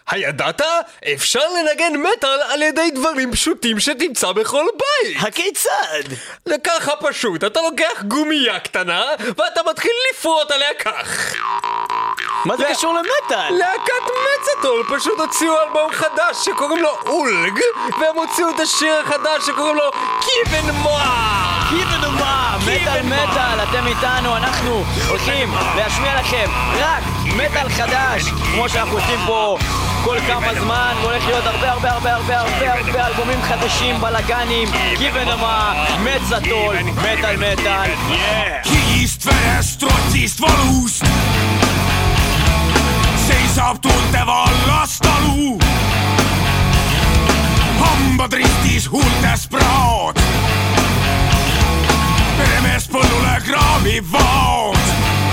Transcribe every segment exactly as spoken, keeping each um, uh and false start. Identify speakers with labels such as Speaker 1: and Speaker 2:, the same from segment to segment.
Speaker 1: הידעת? אפשר לנגן מטל על ידי דברים פשוטים שתמצא בכל בית.
Speaker 2: הכיצד?
Speaker 1: לככה פשוט, אתה לוקח גומייה קטנה ואתה מתחיל לפרוט עליה כך.
Speaker 2: מה זה קשור למטל?
Speaker 1: להקת מצטול פשוט הוציאו אלבום חדש שקוראים לו אולג, והם הוציאו את השיר החדש שקוראים לו קיבן מואה.
Speaker 2: קיבן מואה, מטל מטל, אתם איתנו, אנחנו הולכים להשמיע לכם רק מטל חדש, כמו שאנחנו עושים פה כל כמה זמן, והולך להיות הרבה הרבה הרבה הרבה הרבה הרבה אלבומים חדשים, בלגנים, קיבן מואה, מצטול, מטל מטל.
Speaker 3: Higist verest, trotsist valust seisab tundeval lastalu. Hambad ristis, huultes praod, peremees põllule kraabib vaod.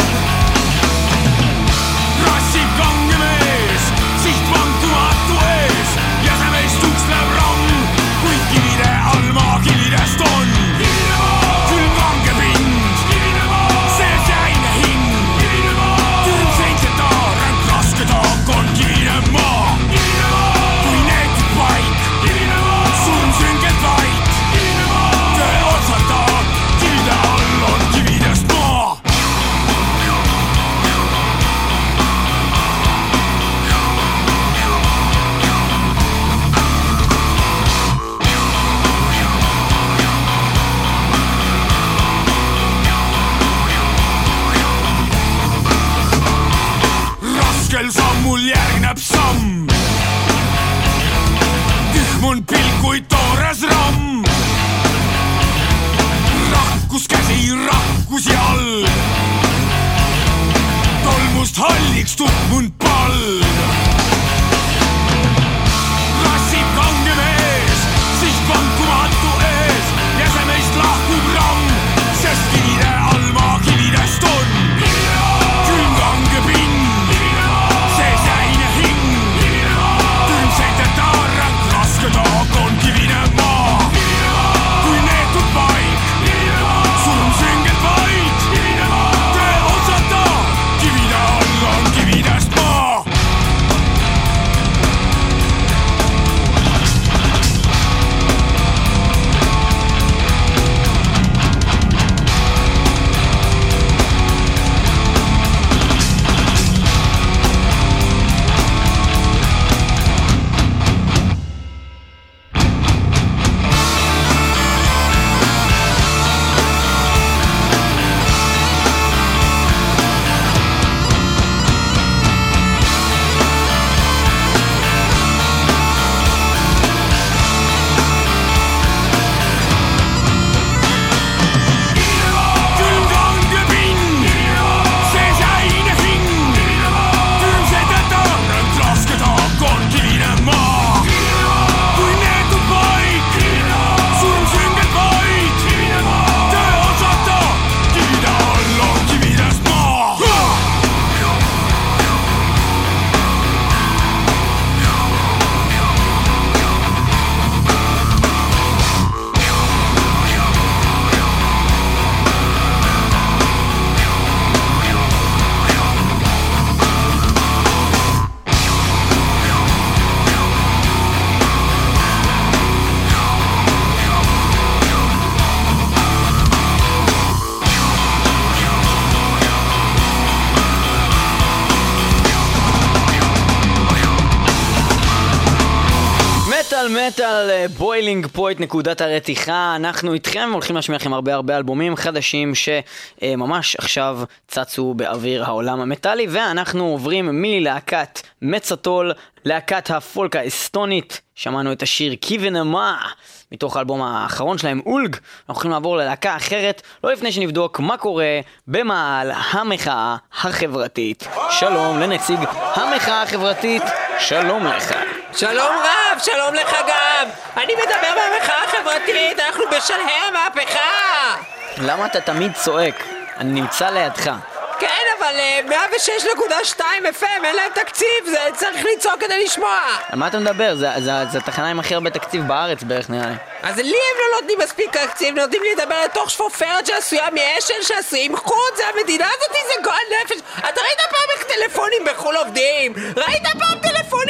Speaker 3: Rassib kange mees, siht vankumatu ees, ja see meist tuksleb ramm, kuid kivide all maakilidest on. Küll kange pind, sees jäine hing, tüürm seitseta, ränk raske taak on kivine maa. Kui neetud paik, surm süngelt vaid, töö otsalt taak, kivide all on kividest maa. Raskel sammul järgneb samm, tühm on pilkuid toores ramm. Rakkus käsi, rakkus jalg, tolmust halliks tukmunud palg. Rassib kange mees, siht vankumatu ees, ja see meist lahkub ramm, sest kivide all maa kividest on. Külm kange pind, sees jäine hing, tüürm seiteta, ränk raske taak on kivine maa. Kui neetud paik, surm süngelt vaid, töö otsata, kivide all on kividest maa. Külm kange pind, sees jäine hing, tüürm seiteta, ränk raske taak on kivine maa. Kui neetud paik, surm süngelt vaid, töö otsata, kivide all on kividest maa.
Speaker 2: מטל מטל, בוילינג פוינט, נקודת הרתיחה. אנחנו איתכם הולכים להשמיע לכם הרבה הרבה אלבומים חדשים שממש עכשיו צצו באוויר העולם המטלי, ואנחנו עוברים מלהקת מצטול, להקת הפולק האסטונית. שמענו את השיר קיבן מואה מתוך האלבום האחרון שלהם אולג. אנחנו הולכים לעבור ללהקה אחרת, לא לפני שנבדוק מה קורה במעל המחאה החברתית. שלום לנציג המחאה החברתית, שלום לך.
Speaker 1: שלום רב, שלום לך גם. אני מדבר מהמחאה החברתית, אנחנו בשלהי המהפכה.
Speaker 2: למה אתה תמיד צועק? אני נמצא לידך.
Speaker 1: כן, אבל מאה ושש נקודה שתיים אף אם אין להם תקציב, זה צריך לצעוק כדי לשמוע.
Speaker 2: על מה אתה מדבר? זה, זה, זה התחנה עם הכי הרבה תקציב בארץ בערך, נראה לי.
Speaker 1: אז לי הם לא נותנים מספיק תקציב, נותנים לי לדבר לתוך שפופרת שעשויה מאשל שעשויים חוץ, זה המדינה הזאת, זה גועל נפש. אתה ראית פעם איך טלפונים בחול עובדים? ראית פעם טלפונים בחול?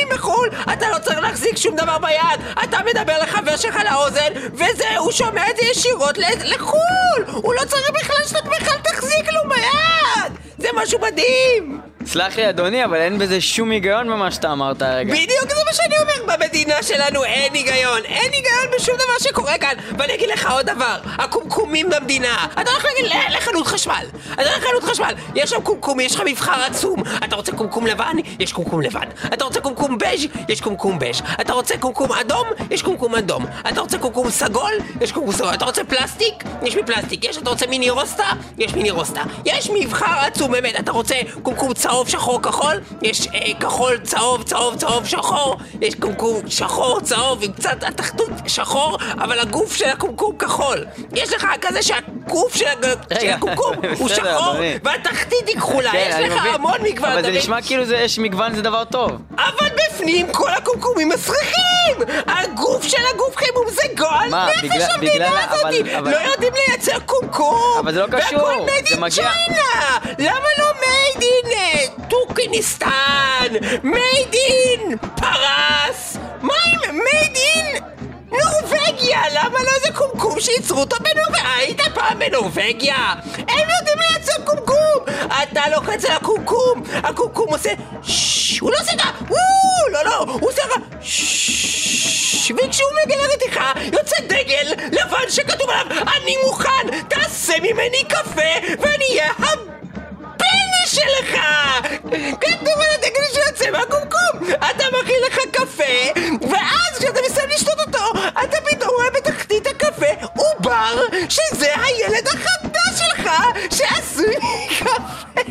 Speaker 1: חול, אתה לא צריך להחזיק שום דבר ביד, אתה מדבר לחבר שלך לאוזן, וזה, הוא שומע את זה ישירות לחול, הוא לא צריך בכלל שאתה בכלל תחזיק לו ביד, זה משהו מדהים.
Speaker 2: סלח לי אדוני, אבל אין בזה שום היגיון במה שאתה אמרת הרגע.
Speaker 1: בדיוק זה מה שאני אומר, במדינה שלנו אין היגיון, אין היגיון בשום דבר שקורה כאן. ואני אגיד לך עוד דבר, הקומקומים במדינה, אתה הולך להגיד לחנות חשמל, אתה הולך לחנות חשמל, יש שם קומקום, יש לך מבחר עצום, אתה רוצה קומקום לבן, יש קומקום לבן, אתה רוצה קומקום בז', יש קומקום בז', אתה רוצה קומקום אדום, יש קומקום אדום, אתה רוצה קומקום סגול, יש קומקום סגול, אתה רוצה פלסטיק, יש מפלסטיק, יש, אתה רוצה מיני רוסטה, יש מיני רוסטה, יש מבחר עצום באמת, אתה רוצה קומקום צהוב, שחור, כחול, יש אה, כחול, צהוב, צהוב, צהוב, שחור, יש קומקום שחור, צהוב, עם קצת התחתות שחור, אבל הגוף של הקומקום כחול. יש לך כזה שהגוף של, הג... של הקומקום הוא שחור, והתחתית היא כחולה, יש לך מבין. המון מגוון.
Speaker 2: אבל זה מבין? נשמע כאילו זה, יש מגוון זה דבר טוב.
Speaker 1: אבל בפנים כל הקומקומים מסריחים! הגוף של הגוף חימום זה גועל נפש בגלל, המדינה בגלל, הזאת! אבל, אבל... לא יודעים לייצר קומקום!
Speaker 2: אבל זה לא קשור,
Speaker 1: והכל made in
Speaker 2: מגיע...
Speaker 1: China! למה לא made in טורקניסטן? made in פרס? מה עם made in נורווגיה? למה לא איזה קומקום שייצרו אותו בנורווגיה? היית פעם בנורווגיה? הם יודעים לייצר קומקום! אתה לוחץ על הקומקום, הקומקום עושה ששש, הוא לא עושה ככה, לא לא, הוא עושה ככה ששש, וכשהוא מגיע לרתיחה יוצא דגל לבן שכתוב עליו אני מוכן, תעשה ממני קפה ואני אהיה הבן שלך! כתוב על הדגל שיוצא מהקומקום, אתה מכין לך קפה ואז כשאתה מסיים לשתות אותו אתה פתאום רואה בתחתית הקפה עובר שזה הילד החדש שלך שעשוי קפה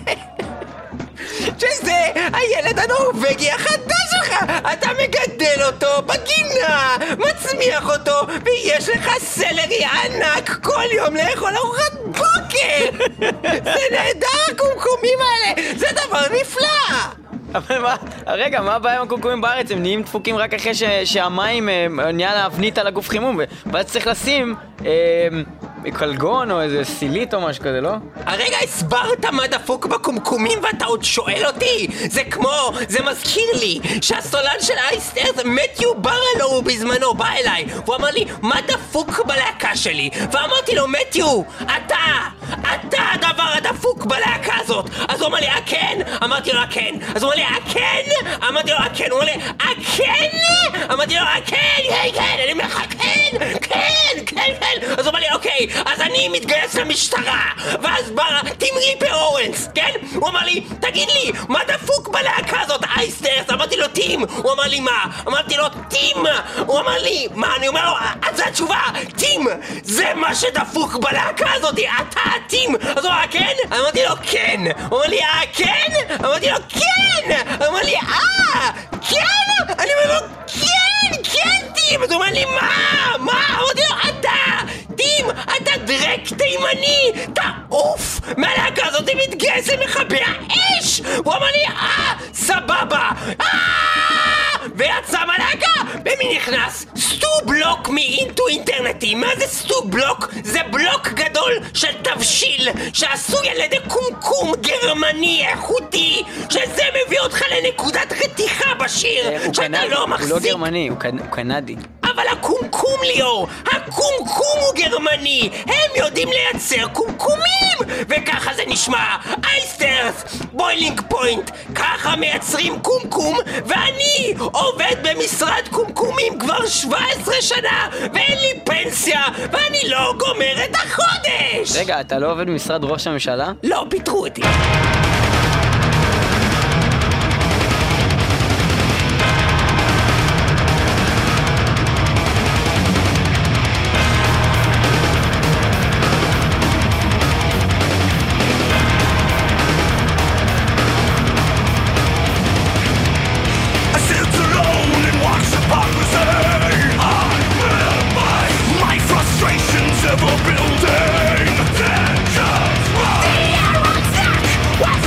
Speaker 1: שזה הילד הנורווגי החדש שלך, אתה מגדל אותו בגינה, מצמיח אותו ויש לך סלרי ענק כל יום לאכול ארוחת בוקר. זה נהדר הקומקומים האלה, זה דבר נפלא.
Speaker 2: אבל מה, רגע, מה הבעיה עם הקומקומים בארץ? הם נהיים דפוקים רק אחרי ש, שהמים נהיה להבנית על הגוף חימום, ואז צריך לשים אה, קלגון או איזה סילית או משהו כזה, לא?
Speaker 1: הרגע הסברת מה דפוק בקומקומים ואתה עוד שואל אותי? זה כמו, זה מזכיר לי שהסולן של אייס ארת, מתיו ברלו בזמנו, בא אליי והוא אמר לי, מה דפוק בלהקה שלי? ואמרתי לו, מתיו, אתה, אתה הדבר הדפוק בלהקה הזאת. אז הוא אמר לי, כן? אמרתי לו, כן. אז הוא אמר לי, כן? אמרתי לו, כן. הוא אמר לי, כן? אמרתי לו, כן, כן, אני אומר לך, כן, כן, כן, כן. אז הוא אמר לי, אוקיי, אז אני מתגייס למשטרה. ואז בא טים ריפר אורנס, כן? הוא אמר לי, תגיד לי, מה דפוק בלהקה הזאת, אייס ארת? אמרתי לו, טים. הוא אמר לי, מה? אמרתי לו, טים. הוא אמר לי, מה? אני אומר לו, אז זו התשובה, טים. זה מה שדפוק בלהקה הזאת, אתה טים. אז הוא אמר, כן? אמרתי לו, כן. הוא אמר לי, אה, כן? אמרתי לו, כן. הוא אמר לי, אה, כן? אני אומר לו, כן, כן, טים. אז הוא אומר לי, מה? מה? אמרתי לו, אתה טים, אתה דרק תימני, תעוף מהלהקה הזאת מתגייס למכבי האש. הוא אמר לי, אה, סבבה, אה, ויצא מהלהקה ומי נכנס? סטו בלוק מאינטו אינטרנטי. מה זה סטו בלוק? זה בלוק גדול של תבשיל שעשוי על ידי קומקום גרמני איכותי, שזה מביא אותך לנקודת רתיחה בשיר שאתה לא מחזיק.
Speaker 2: הוא לא גרמני, הוא קנדי.
Speaker 1: אבל הקומקום ליאור, הקומקום הוא גרמני, הם יודעים לייצר קומקומים, וככה זה נשמע. אייס ארת, בוילינג פוינט, ככה מייצרים קומקום, ואני עובד במשרד קומקומים כבר שבע עשרה שנה, ואין לי פנסיה, ואני לא גומר את החודש.
Speaker 2: רגע, אתה לא עובד במשרד ראש הממשלה?
Speaker 1: לא, פיטרו אותי.
Speaker 3: Building, the rucksack, what's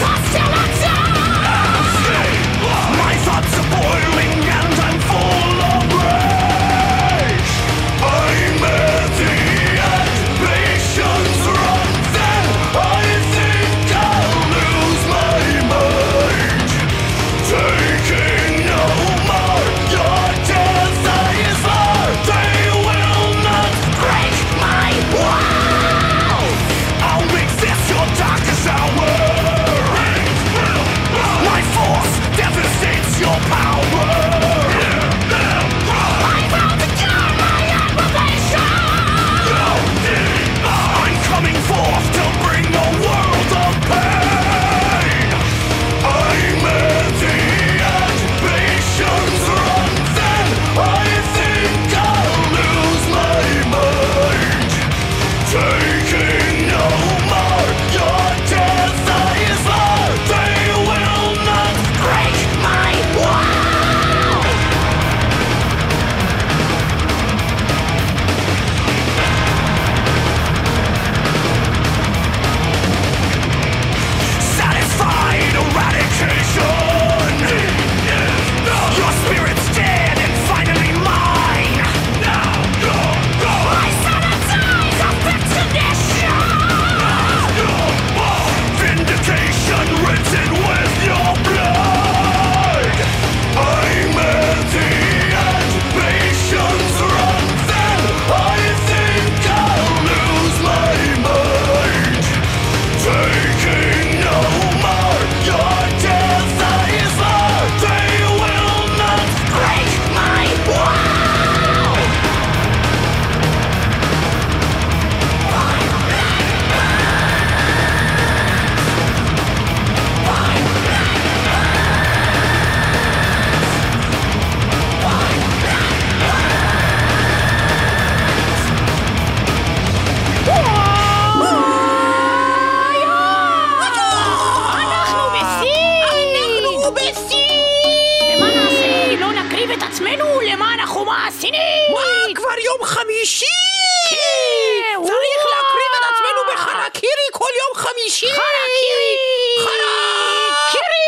Speaker 4: עצמנו למען החומה הסינית!
Speaker 1: מה, כבר יום חמישי?
Speaker 4: כן,
Speaker 1: צריך
Speaker 4: וואו.
Speaker 1: להקריב את עצמנו בחרקירי כל יום חמישי!
Speaker 4: חרקירי!
Speaker 1: חרקירי!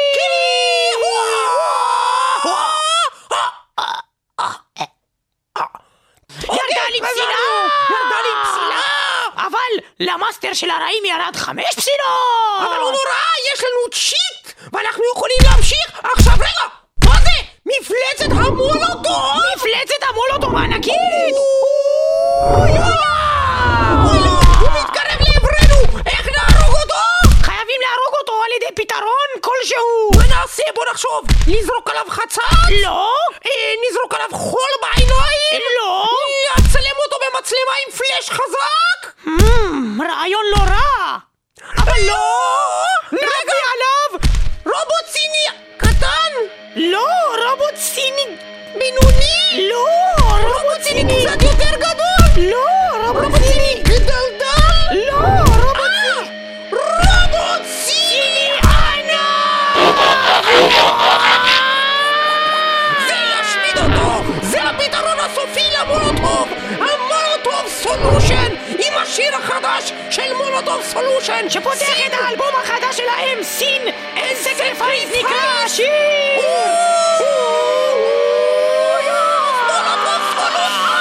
Speaker 4: ירדה לי פסילה!
Speaker 1: ירדה לי פסילה!
Speaker 4: אבל למאסטר של הרעים ירד חמש פסילות!
Speaker 1: אבל לא נורא, יש לנו צ'יט! ואנחנו יכולים להמשיך! עכשיו רגע! מה זה? מפלצת המולוטוב!
Speaker 4: מפלצת המולוטוב הענקית!
Speaker 1: אוי לא! הוא מתקרב לעברנו! איך נהרוג אותו?
Speaker 4: חייבים להרוג אותו על ידי פתרון כלשהו!
Speaker 1: מה נעשה? בוא נחשוב! לזרוק עליו חצץ?
Speaker 4: לא!
Speaker 1: אה, נזרוק עליו חול בעיניים?
Speaker 4: לא!
Speaker 1: נצלם אותו במצלמה עם פלאש חזק?
Speaker 4: Hmm, רעיון לא רע!
Speaker 1: אבל לא!
Speaker 4: נביא עליו!
Speaker 1: רובוט סיני קטן?
Speaker 4: לא! רובוט סיני!
Speaker 1: בינוני?
Speaker 4: לא!
Speaker 1: רובוט סיני קצת יותר גדול?
Speaker 4: לא!
Speaker 1: רובוט סיני גדלדל?
Speaker 4: לא! רובוט סיני!
Speaker 1: רובוט סיני ענק! זה ישמיד אותו! זה הפתרון הסופי למולוטוב! המולוטוב סולושן! עם השיר החדש של מולוטוב סולושן!
Speaker 4: שפותח את האלבום החדש שלהם, סין! אין סקריפייס נקרא השיר!
Speaker 1: מולוטוב סולושן!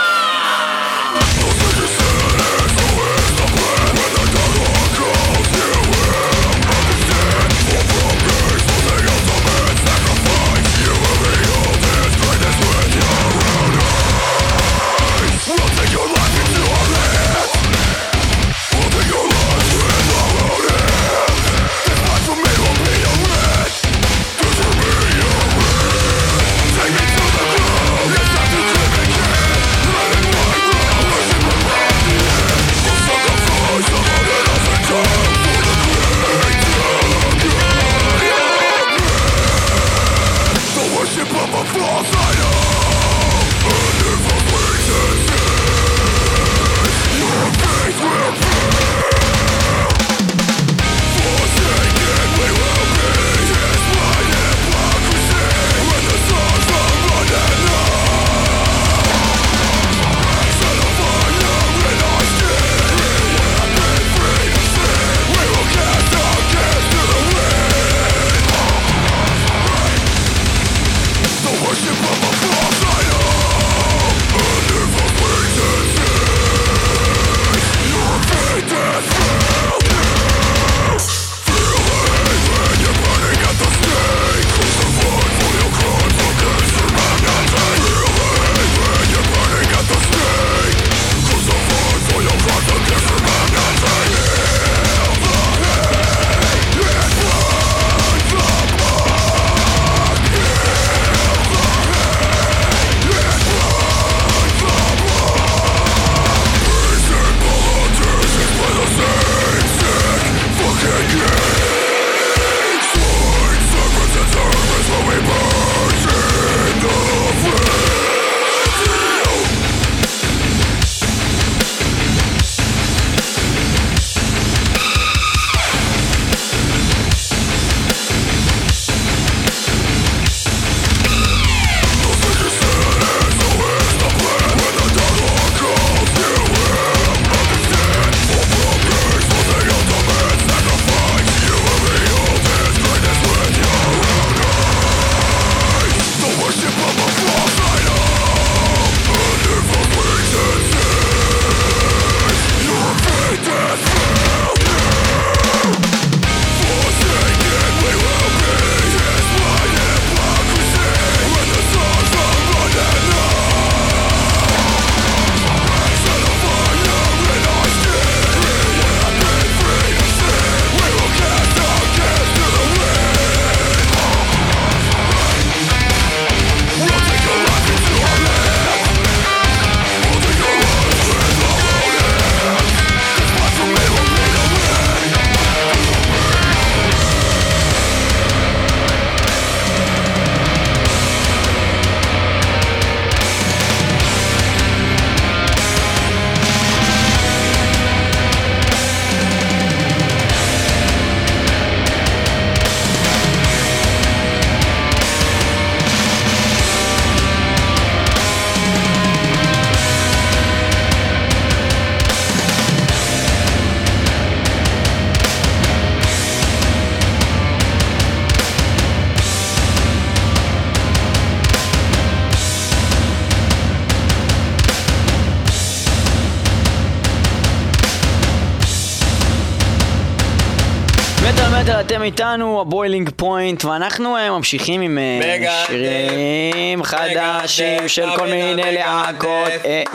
Speaker 2: מטל, אתם איתנו, הבוילינג פוינט, ואנחנו ממשיכים עם שירים חדשים של כל מיני להקות,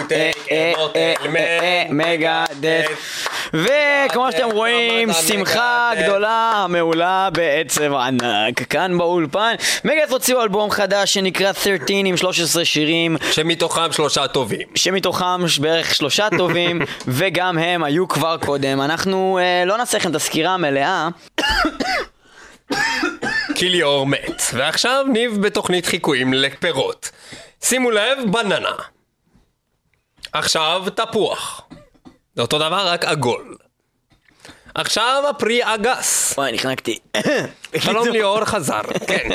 Speaker 2: מגדף, וכמו שאתם רואים, שמחה גדולה מעולה בעצב ענק כאן באולפן. מגדף הוציאו אלבום חדש שנקרא שלוש עשרה עם שלוש עשרה שירים
Speaker 1: שמתוכם שלושה טובים
Speaker 2: שמתוכם בערך שלושה טובים וגם הם היו כבר קודם. אנחנו אה, לא נעשה לכם את הסקירה המלאה
Speaker 1: כי ליאור מת, ועכשיו ניב בתוכנית חיקויים לפירות. שימו לב, בננה. עכשיו תפוח, זה אותו דבר רק עגול. עכשיו הפרי אגס.
Speaker 2: וואי, נחנקתי.
Speaker 1: שלום ליאור חזר, כן.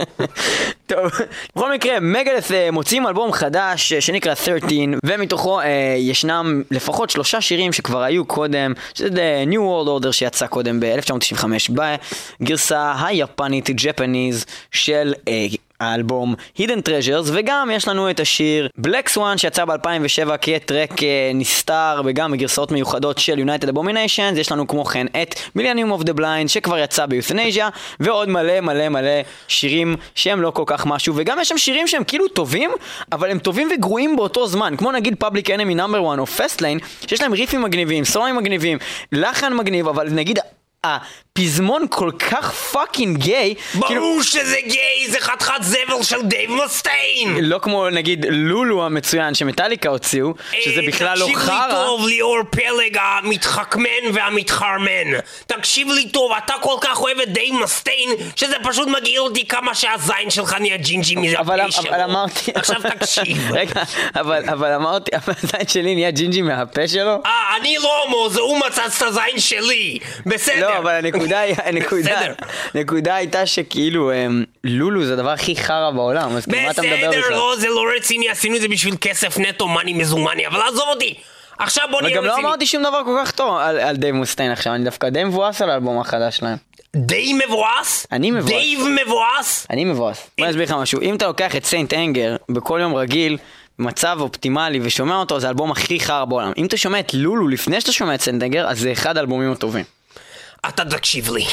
Speaker 2: טוב, בכל מקרה, מגדף מוצאים אלבום חדש שנקרא שלוש עשרה, ומתוכו אה, ישנם לפחות שלושה שירים שכבר היו קודם, שזה New World Order שיצא קודם ב-אלף תשע מאות תשעים וחמש בגרסה היפנית ג'פניז של אה, האלבום Hidden Treasures, וגם יש לנו את השיר Black Swan שיצא ב-אלפיים ושבע כטרק אה, נסתר וגם בגרסאות מיוחדות של United Abominations. יש לנו כמו כן את Millennium of the Blind שכבר יצא ביות'נזיה, ועוד מלא מלא מלא שירים שהם לא כל כך משהו, וגם יש שם שירים שהם כאילו טובים אבל הם טובים וגרועים באותו זמן, כמו נגיד Public Enemy נאמבר אחת או Fastlane שיש להם ריפים מגניבים, סולואים מגניבים, לחן מגניב, אבל נגיד הפזמון כל כך פאקינג גיי.
Speaker 1: ברור שזה גיי, זה חתיכת זבל של דייב מסטיין.
Speaker 2: לא כמו נגיד לולו המצוין שמטליקה הוציאו, שזה בכלל לא חרא.
Speaker 1: תקשיב לי טוב ליאור פלג המתחכמן והמתחרמן, תקשיב לי טוב, אתה כל כך אוהב את דייב מסטיין שזה פשוט מגעיל אותי כמה שהזין שלך נהיה ג'ינג'י מזה הפה שלו.
Speaker 2: אבל אמרתי,
Speaker 1: עכשיו תקשיב.
Speaker 2: רגע, אבל אמרתי, אבל הזין שלי נהיה ג'ינג'י מהפה שלו?
Speaker 1: אה, אני לא הומו, זה הוא מצץ את הזין שלי. בסדר.
Speaker 2: לא, אבל הנקודה היא, הנקודה, הנקודה הייתה שכאילו לולו זה הדבר הכי חרא בעולם, אז מה אתה מדבר בכלל?
Speaker 1: בסדר, לא, זה לא רציני, עשינו את זה בשביל כסף נטו, מני מזומני, אבל עזוב אותי. עכשיו בוא נהיה רציני.
Speaker 2: וגם לא אמרתי שום דבר כל כך טוב על, על דייב מוסטיין עכשיו, אני דווקא די מבואס על האלבום החדש שלהם.
Speaker 1: די מבואס?
Speaker 2: אני מבואס.
Speaker 1: דייב מבואס?
Speaker 2: אני מבואס. בוא נסביר לך משהו, אם אתה לוקח את סיינט אנגר בכל יום רגיל, מצב אופטימלי ושומע אותו, זה האלבום הכי חרא בעולם. אם אתה שומע את לולו לפני שאתה שומע את סיינט אנגר, אז זה אחד האלבומים הטובים.
Speaker 1: אתה תקשיב לי.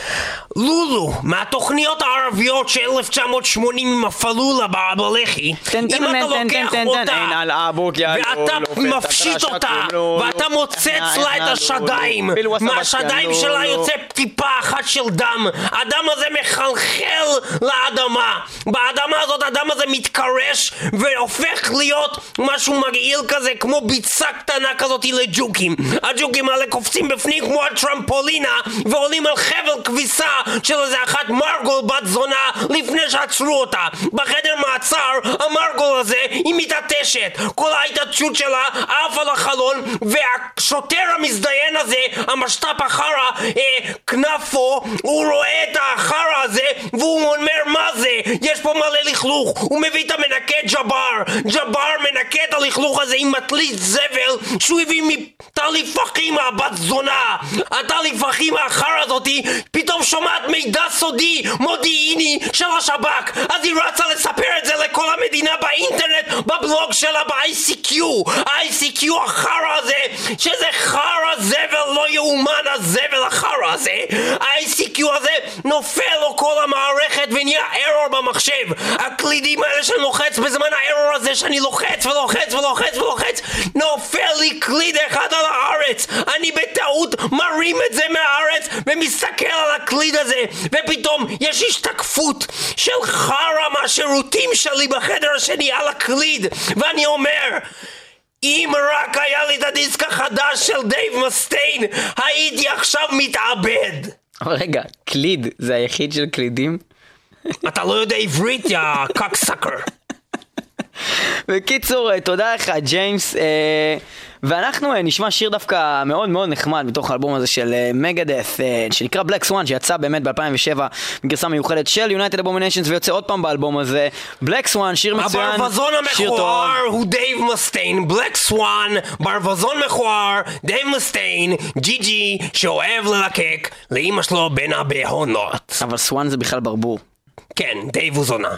Speaker 1: לולו, מהתוכניות הערביות של אלף תשע מאות שמונים עם הפלולה בלחי, אם אתה לוקח אותה ואתה מפשיט אותה ואתה מוצץ לה את השדיים, מהשדיים שלה יוצא טיפה אחת של דם, הדם הזה מחלחל לאדמה, באדמה הזאת הדם הזה מתקרש והופך להיות משהו מגעיל כזה, כמו ביצה קטנה כזאת לג'וקים. הג'וקים האלה קופצים בפנים כמו הטרמפולינה ועולים על חבל כביסה של איזה אחת מרגול בת זונה לפני שעצרו אותה. בחדר מעצר המרגול הזה היא מתעטשת, כל ההתעטשות שלה עף על החלון, והשוטר המזדיין הזה, המשת"פ החרה אה, כנפו, הוא רואה את החרה הזה והוא אומר מה זה? יש פה מלא לכלוך. הוא מביא את המנקה ג'בר, ג'בר מנקה את הלכלוך הזה עם מטלית זבל שהוא הביא מטלי פחימה בת זונה. הטלי פחימה האחר הזאתי פתאום שומעת מידע סודי מודיעיני של השב"כ, אז היא רצה לספר את זה לכל המדינה באינטרנט, בבלוג שלה ב-איי סי קיו. ה-איי סי קיו החרא הזה, שזה חרא זבל לא יאומן, הזבל החרא הזה, ה-איי סי קיו הזה נופל לו כל המערכת ונהיה ארור במחשב. הקלידים האלה שאני לוחץ בזמן הארור הזה, שאני לוחץ ולוחץ ולוחץ ולוחץ, נופל לי קליד אחד על הארץ. אני בטעות מרים את זה מהארץ ומסתכל על הקליד הזה, ופתאום יש השתקפות של חרא מהשירותים שלי בחדר השני על הקליד, ואני אומר, אם רק היה לי את הדיסק החדש של דייב מסטיין, הייתי עכשיו מתאבד.
Speaker 2: אבל רגע, קליד זה היחיד של קלידים?
Speaker 1: אתה לא יודע עברית, יא קקסקר.
Speaker 2: בקיצור, תודה לך ג'יימס, ואנחנו נשמע שיר דווקא מאוד מאוד נחמד בתוך האלבום הזה של מגדף, שנקרא Black Swan, שיצא באמת ב-אלפיים ושבע בגרסה מיוחדת של United Abominations, ויוצא עוד פעם באלבום הזה. Black Swan, שיר מצוין,
Speaker 1: הברווזון המכוער הוא דייב מסטיין. Black Swan, ברווזון מכוער, דייב מסטיין, ג'י ג'י שאוהב ללקק לאמא שלו בין הבהונות.
Speaker 2: אבל סואן זה בכלל ברבור.
Speaker 1: כן, דייב הוא זונה.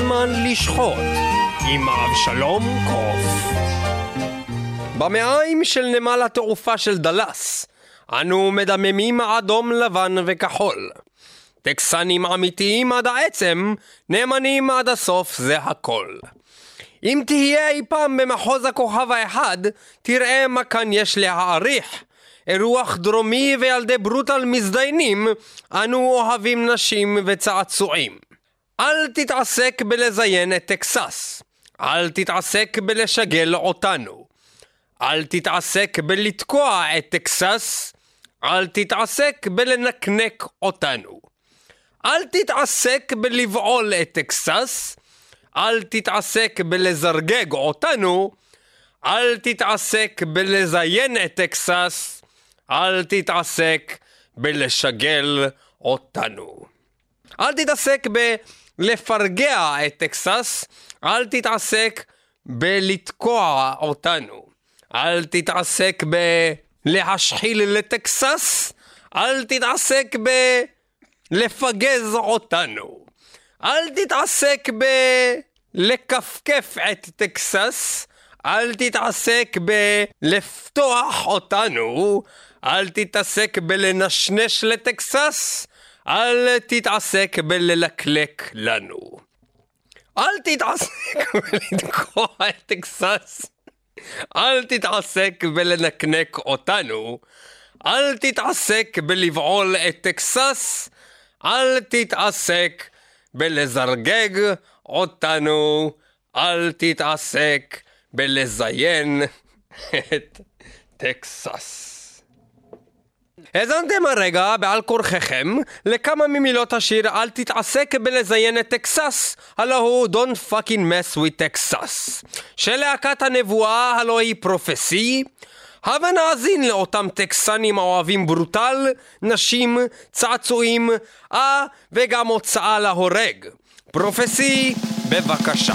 Speaker 5: הזמן לשחוט עם אבשלום קוף. במעיים של נמל התעופה של דלס אנו מדממים אדום, לבן וכחול. טקסנים אמיתיים עד העצם, נאמנים עד הסוף, זה הכל. אם תהיה אי פעם במחוז הכוכב האחד, תראה מה כאן יש להעריך. אירוח דרומי וילדי ברוטל מזדיינים, אנו אוהבים נשים וצעצועים. אל תתעסק בלזיין את טקסס, אל תתעסק בלשגל אותנו, אל תתעסק בלתקוע את טקסס, אל תתעסק בלנקנק אותנו. אל תתעסק בלבעול את טקסס, אל תתעסק בלזרגג אותנו, אל תתעסק בלזיין את טקסס, אל תתעסק בלשגל אותנו. אל תתעסק בלפרגע את טקסס, אל תתעסק בלתקוע אותנו. אל תתעסק בלהשחיל לטקסס, אל תתעסק בלפגז אותנו. אל תתעסק בלקפקף את טקסס, אל תתעסק בלפתוח אותנו, אל תתעסק בלנשנש לטקסס, אל תתעסק בללקלק לנו. אל תתעסק בלתקוע את טקסס, אל תתעסק בלנקנק אותנו, אל תתעסק בלבעול את טקסס, אל תתעסק בלזרגג אותנו, אל תתעסק בלזיין את טקסס. האזנתם הרגע בעל כורחכם לכמה ממילות השיר אל תתעסק בלזיין את טקסס, הלא הוא Don't fucking mess with Texas, של להקת הנבואה הלא היא פרופסי. הבה נאזין לאותם טקסנים אוהבים ברוטל, נשים, צעצועים, אה וגם הוצאה להורג. פרופסי, בבקשה.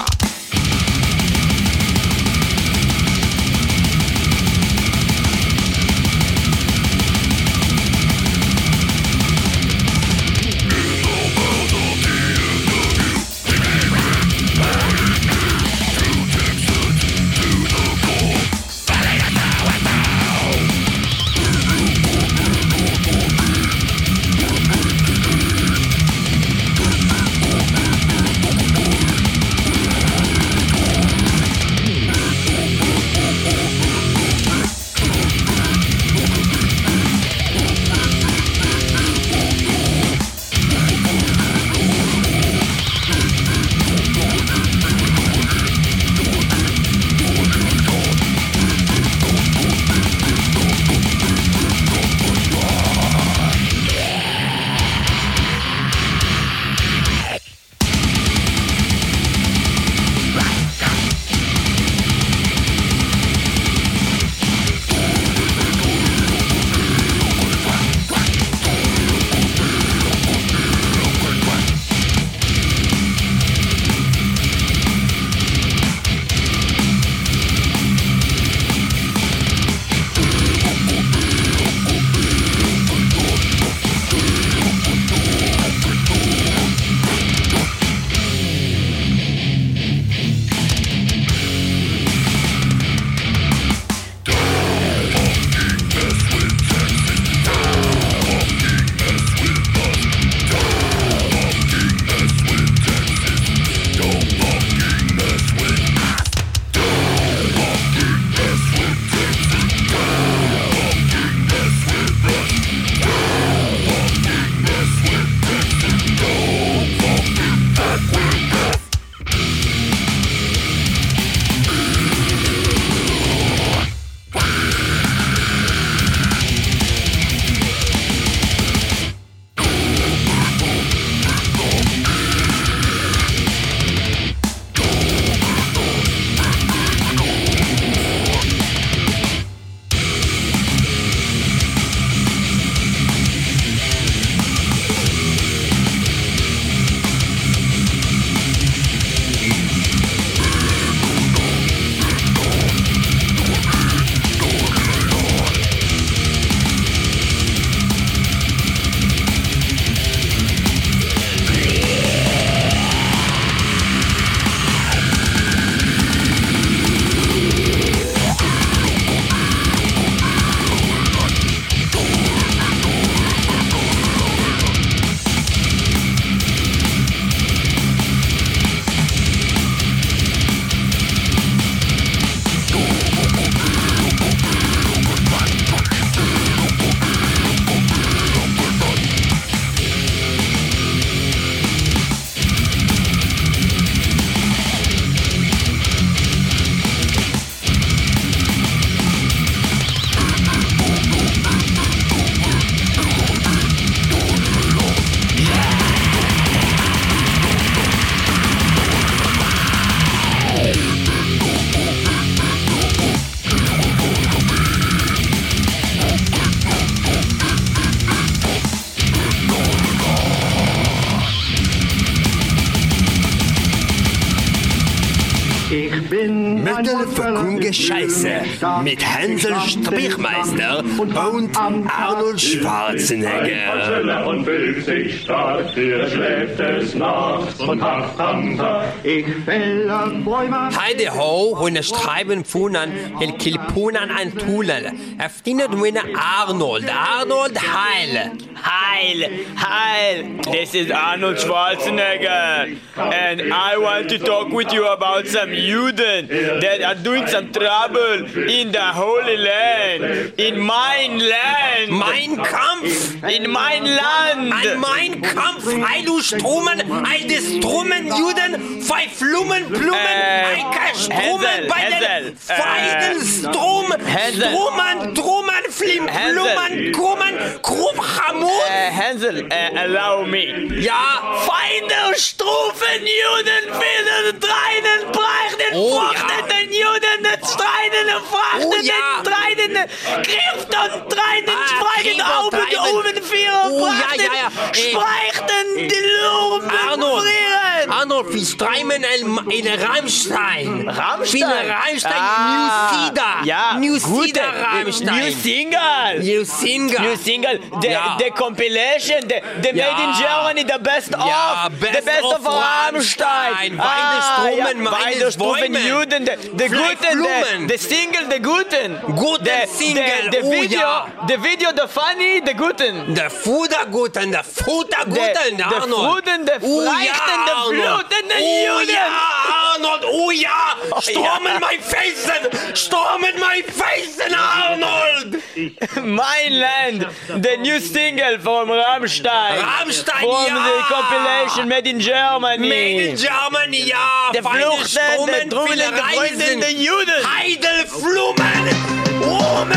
Speaker 1: alte verkunge Scheiße mit Hänsel Strichmeister und Arnold Schwarzenegger.
Speaker 6: Und will sich stark, hier schläft es nachts und hat Panther. Ich fälle Bäume.
Speaker 5: Heide ho, hun streiben funan, el kilpunan an Tulel. Erfindet wine Arnold, Arnold Heil.
Speaker 2: Heil, Heil. This is Arnold Schwarzenegger, and I want to talk with you about some Juden that are doing some trouble in the Holy Land, in mein Land,
Speaker 5: Mein Kampf!
Speaker 2: in mein Land.
Speaker 5: Ein Mein Kampf! Ei du Strumen, ei des Strummen Juden, fei Flummen, Blumen,
Speaker 2: Äh,
Speaker 5: ei ka Strumen
Speaker 2: Hänsel,
Speaker 5: bei
Speaker 2: Hänsel,
Speaker 5: den Feiden Strum,
Speaker 2: Hänsel.
Speaker 5: Strumen, Drummen, Flim,
Speaker 2: Hänsel.
Speaker 5: Blumen, Krummen, Krumm, Hamut.
Speaker 2: Uh, Hansel, uh, allow me.
Speaker 5: Ja,
Speaker 2: Feinde Strufen, Juden, Finden, Treinen, Breiten,
Speaker 5: Oh,
Speaker 2: Fruchten, den Juden, den Streinen, Frachten,
Speaker 5: Oh, ja.
Speaker 2: den Treinen, Grift und Treinen,
Speaker 5: Ah,
Speaker 2: Sprechen,
Speaker 5: Griff und
Speaker 2: Augen,
Speaker 5: Treinen.
Speaker 2: Oben, Vierer,
Speaker 5: Oh, ja,
Speaker 2: Frachten,
Speaker 5: ja, ja. Ey.
Speaker 2: Sprechten, die Lumpen,
Speaker 5: Arnold,
Speaker 2: frieren.
Speaker 5: Arnold, wie Streimen in Rammstein.
Speaker 2: Rammstein?
Speaker 5: In Rammstein,
Speaker 2: Ah,
Speaker 5: New Cedar.
Speaker 2: ja,
Speaker 5: New
Speaker 2: gute.
Speaker 5: Cedar Rammstein.
Speaker 2: New Single.
Speaker 5: New Singer.
Speaker 2: New single, the,
Speaker 5: Ja.
Speaker 2: the compilation, the, the
Speaker 5: Ja.
Speaker 2: made in Germany, the best
Speaker 5: Ja,
Speaker 2: of,
Speaker 5: best
Speaker 2: the best
Speaker 5: of
Speaker 2: of Rammstein.
Speaker 5: Rammstein. Weidestrumen,
Speaker 2: ja, Weidestrumen,
Speaker 5: Weidestrumen.
Speaker 2: Juden, the, the
Speaker 5: Vielleicht
Speaker 2: Guten,
Speaker 5: Blumen.
Speaker 2: the, the single, the Guten.
Speaker 5: Guten
Speaker 2: the,
Speaker 5: Single,
Speaker 2: The, the
Speaker 5: oh
Speaker 2: video,
Speaker 5: ja.
Speaker 2: the video, the funny, the Guten.
Speaker 5: Der Fuderguten, der Futterguten,
Speaker 2: Der
Speaker 5: Arnold.
Speaker 2: Fruden, der
Speaker 5: Oh ja,
Speaker 2: Freichten, der
Speaker 5: Arnold.
Speaker 2: Fluten, der
Speaker 5: Oh
Speaker 2: Juden.
Speaker 5: ja, Arnold, oh ja. Storm
Speaker 2: ja.
Speaker 5: in my facen, storm in my facen, Arnold.
Speaker 2: Mein Land, the new single from Rammstein.
Speaker 5: Rammstein,
Speaker 2: from
Speaker 5: ja.
Speaker 2: the compilation made in Germany.
Speaker 5: Made in Germany, ja.
Speaker 2: Der
Speaker 5: Feine
Speaker 2: Fluchten, der
Speaker 5: Strummen,
Speaker 2: Trummen,
Speaker 5: viele
Speaker 2: der Freuden,
Speaker 5: Reisen.
Speaker 2: der Juden.
Speaker 5: Heidelflumen, Rumen.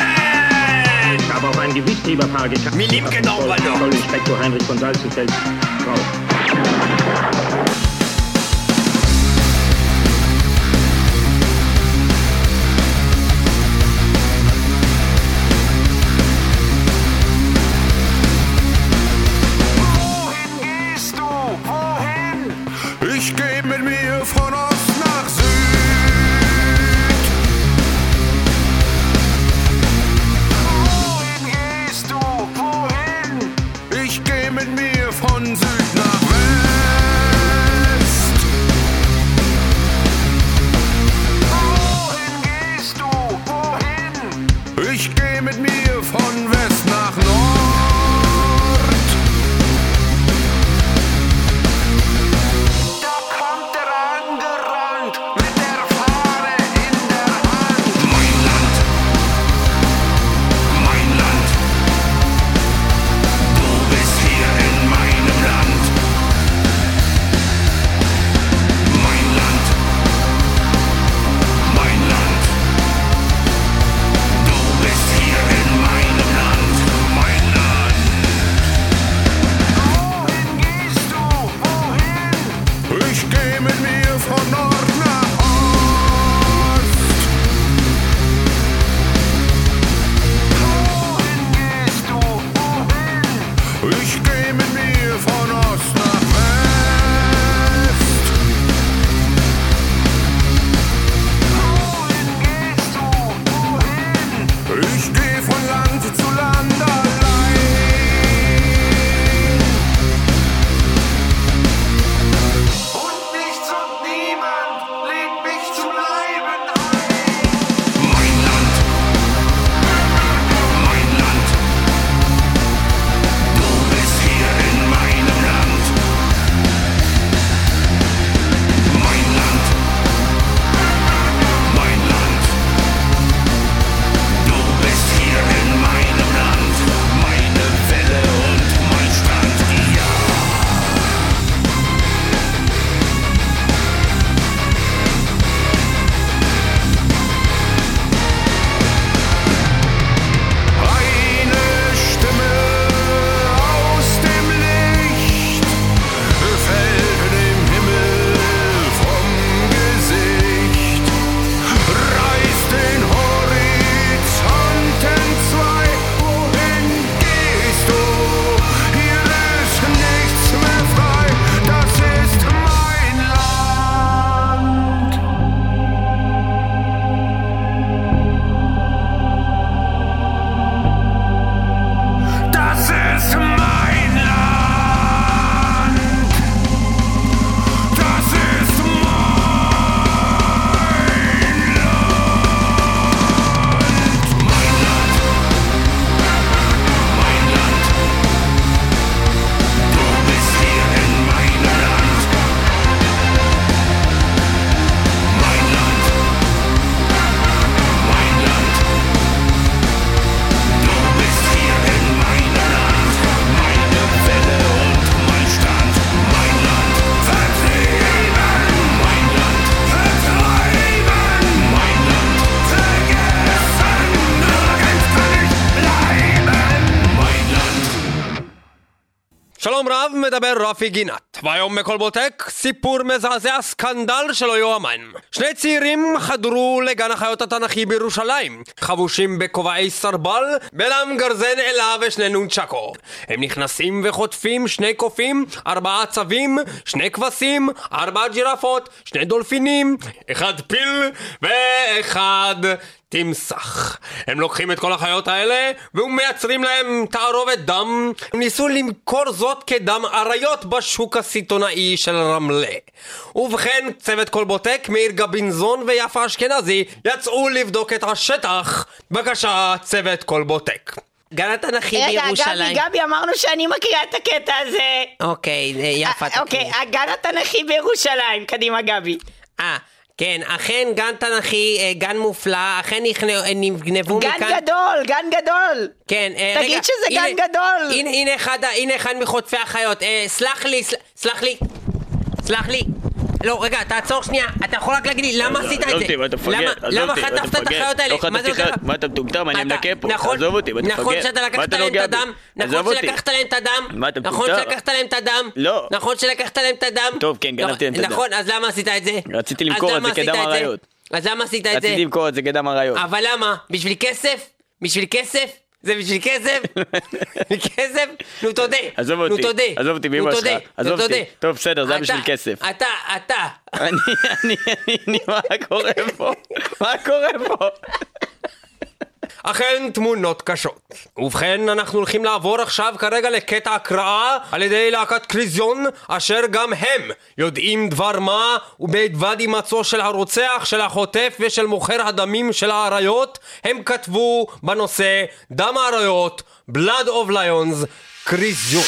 Speaker 7: Ich habe auf einen Gewichtheberfahrer gekappt.
Speaker 5: Mir lieb genau, Waldo.
Speaker 7: Vollinspektor Heinrich von Salzenfeld. Frau.
Speaker 3: Ich geh mit mir von Ost nach Süd. Wohin gehst du? Wohin? Ich geh mit mir von Süd nach West. Wohin gehst du? Wohin? Ich geh mit mir von West nach Nord.
Speaker 7: Da kommt er angerannt mit der Fahne in der Hand.
Speaker 3: Mein Land, mein Land, du bist hier in meinem Land. Mein Land, mein Land, du bist hier in
Speaker 5: שלום רב, מדבר רפי גינת. והיום מקולבוטק, סיפור מזעזע, סקנדל שלא יאומן. שני צעירים חדרו לגן החיות התנ"כי בירושלים, חבושים בכובעי סרבל, בלם גרזן אלה ושני נונצ'קו. הם נכנסים וחוטפים שני קופים, ארבעה צבים, שני כבשים, ארבעה ג'ירפות, שני דולפינים, אחד פיל ואחד תמסך. הם לוקחים את כל החיות האלה ומייצרים להם תערובת דם. הם ניסו למכור זאת כדם אריות בשוק הסיטונאי של רמלה. ובכן, צוות קולבוטק, מאיר גבינזון ויפה אשכנזי יצאו לבדוק את השטח. בבקשה, צוות קולבוטק.
Speaker 1: גן התנ"כי
Speaker 4: רגע,
Speaker 1: בירושלים.
Speaker 4: גבי, גבי, אמרנו שאני מכירה את הקטע הזה.
Speaker 1: אוקיי, יפה.
Speaker 4: אה, אוקיי, הגן התנ"כי בירושלים. קדימה, גבי.
Speaker 1: אה, כן, אכן גן תנ"כי, גן מופלא, אכן נגנבו מכאן...
Speaker 4: גן גדול, גן גדול.
Speaker 1: כן,
Speaker 4: תגיד
Speaker 1: רגע,
Speaker 4: שזה
Speaker 1: הנה,
Speaker 4: גן גדול.
Speaker 1: הנה, הנה, אחד, הנה אחד מחוטפי החיות. אה, סלח לי, סל, סלח לי, סלח לי. לא, רגע, תעצור שנייה. אתה יכול רק להגיד לי, למה עשית את זה?
Speaker 2: עזוב אותי, אתה
Speaker 1: למה,
Speaker 2: מפגר,
Speaker 1: למה
Speaker 2: עזוב אותי,
Speaker 1: חטפת את
Speaker 2: אתה
Speaker 1: החיות האלה?
Speaker 2: לא
Speaker 1: מה זה
Speaker 2: חטפתי
Speaker 1: נותן לך?
Speaker 2: חיות, מה אתה מטומטם? אני
Speaker 1: אתה-
Speaker 2: מנקה פה.
Speaker 1: נכון,
Speaker 2: עזוב אותי, אתה
Speaker 1: נכון
Speaker 2: מפגר.
Speaker 1: שאתה
Speaker 2: מה
Speaker 1: לקחת
Speaker 2: אתה
Speaker 1: להם
Speaker 2: נוגע
Speaker 1: את
Speaker 2: בי?
Speaker 1: הדם?
Speaker 2: עזוב
Speaker 1: נכון
Speaker 2: אותי.
Speaker 1: שלקחת להם את הדם?
Speaker 2: מה, אתה
Speaker 1: נכון
Speaker 2: מטומטם?
Speaker 1: שלקחת להם את הדם?
Speaker 2: לא.
Speaker 1: נכון שלקחת להם את הדם?
Speaker 2: טוב, כן, גנבתי להם את הדם.
Speaker 1: נכון, אז למה עשית את זה?
Speaker 2: רציתי
Speaker 1: אז
Speaker 2: למכור את
Speaker 1: למה
Speaker 2: זה כדם
Speaker 1: עשית את
Speaker 2: אריות.
Speaker 1: אז למה עשית את זה?
Speaker 2: רציתי למכור את זה כדם אריות.
Speaker 1: אבל למה? בשביל כסף? בשביל כסף? זה בשביל כסף? כסף? נו תודה.
Speaker 2: עזוב אותי,
Speaker 1: נו תודה.
Speaker 2: עזוב אותי,
Speaker 1: נו
Speaker 2: באמא
Speaker 1: תודה.
Speaker 2: שלך.
Speaker 1: נו
Speaker 2: עזוב אותי.
Speaker 1: תודה.
Speaker 2: טוב, בסדר, זה היה
Speaker 1: אתה-
Speaker 2: בשביל כסף.
Speaker 1: אתה, אתה.
Speaker 2: אני, אני, אני, אני, מה קורה פה? מה קורה פה?
Speaker 5: אכן תמונות קשות. ובכן, אנחנו הולכים לעבור עכשיו כרגע לקטע הקראה על ידי להקת קריזיון, אשר גם הם יודעים דבר מה ובדבד הימצאו של הרוצח, של החוטף ושל מוכר הדמים של האריות. הם כתבו בנושא דם האריות, Blood of Lions, קריזיון.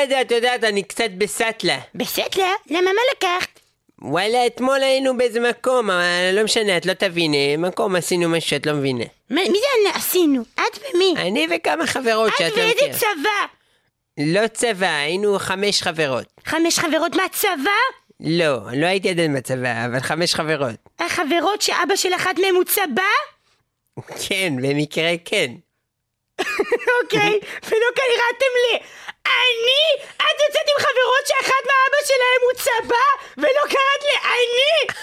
Speaker 1: בסדר, את יודעת, אני קצת בסטלה.
Speaker 4: בסדר, למה מה לקחת?
Speaker 1: וואלה, אתמול היינו באיזה מקום, אבל לא משנה, את לא תביני, מקום עשינו משהו שאת לא מבינה.
Speaker 4: מה, מי זה עשינו? את ומי?
Speaker 1: אני וכמה חברות
Speaker 4: את
Speaker 1: שאת לא
Speaker 4: ואיזה
Speaker 1: מכירה.
Speaker 4: צבא?
Speaker 1: לא צבא, היינו חמש חברות.
Speaker 4: חמש חברות מהצבא?
Speaker 1: לא, לא הייתי עדיין בצבא, אבל חמש חברות.
Speaker 4: החברות שאבא של אחת מהם הוא צבא?
Speaker 1: כן, במקרה כן.
Speaker 4: אוקיי, ולא קראתם לי. אני? את יוצאת עם חברות שאחת מהאבא שלהם הוא צבא, ולא קראת לי אני?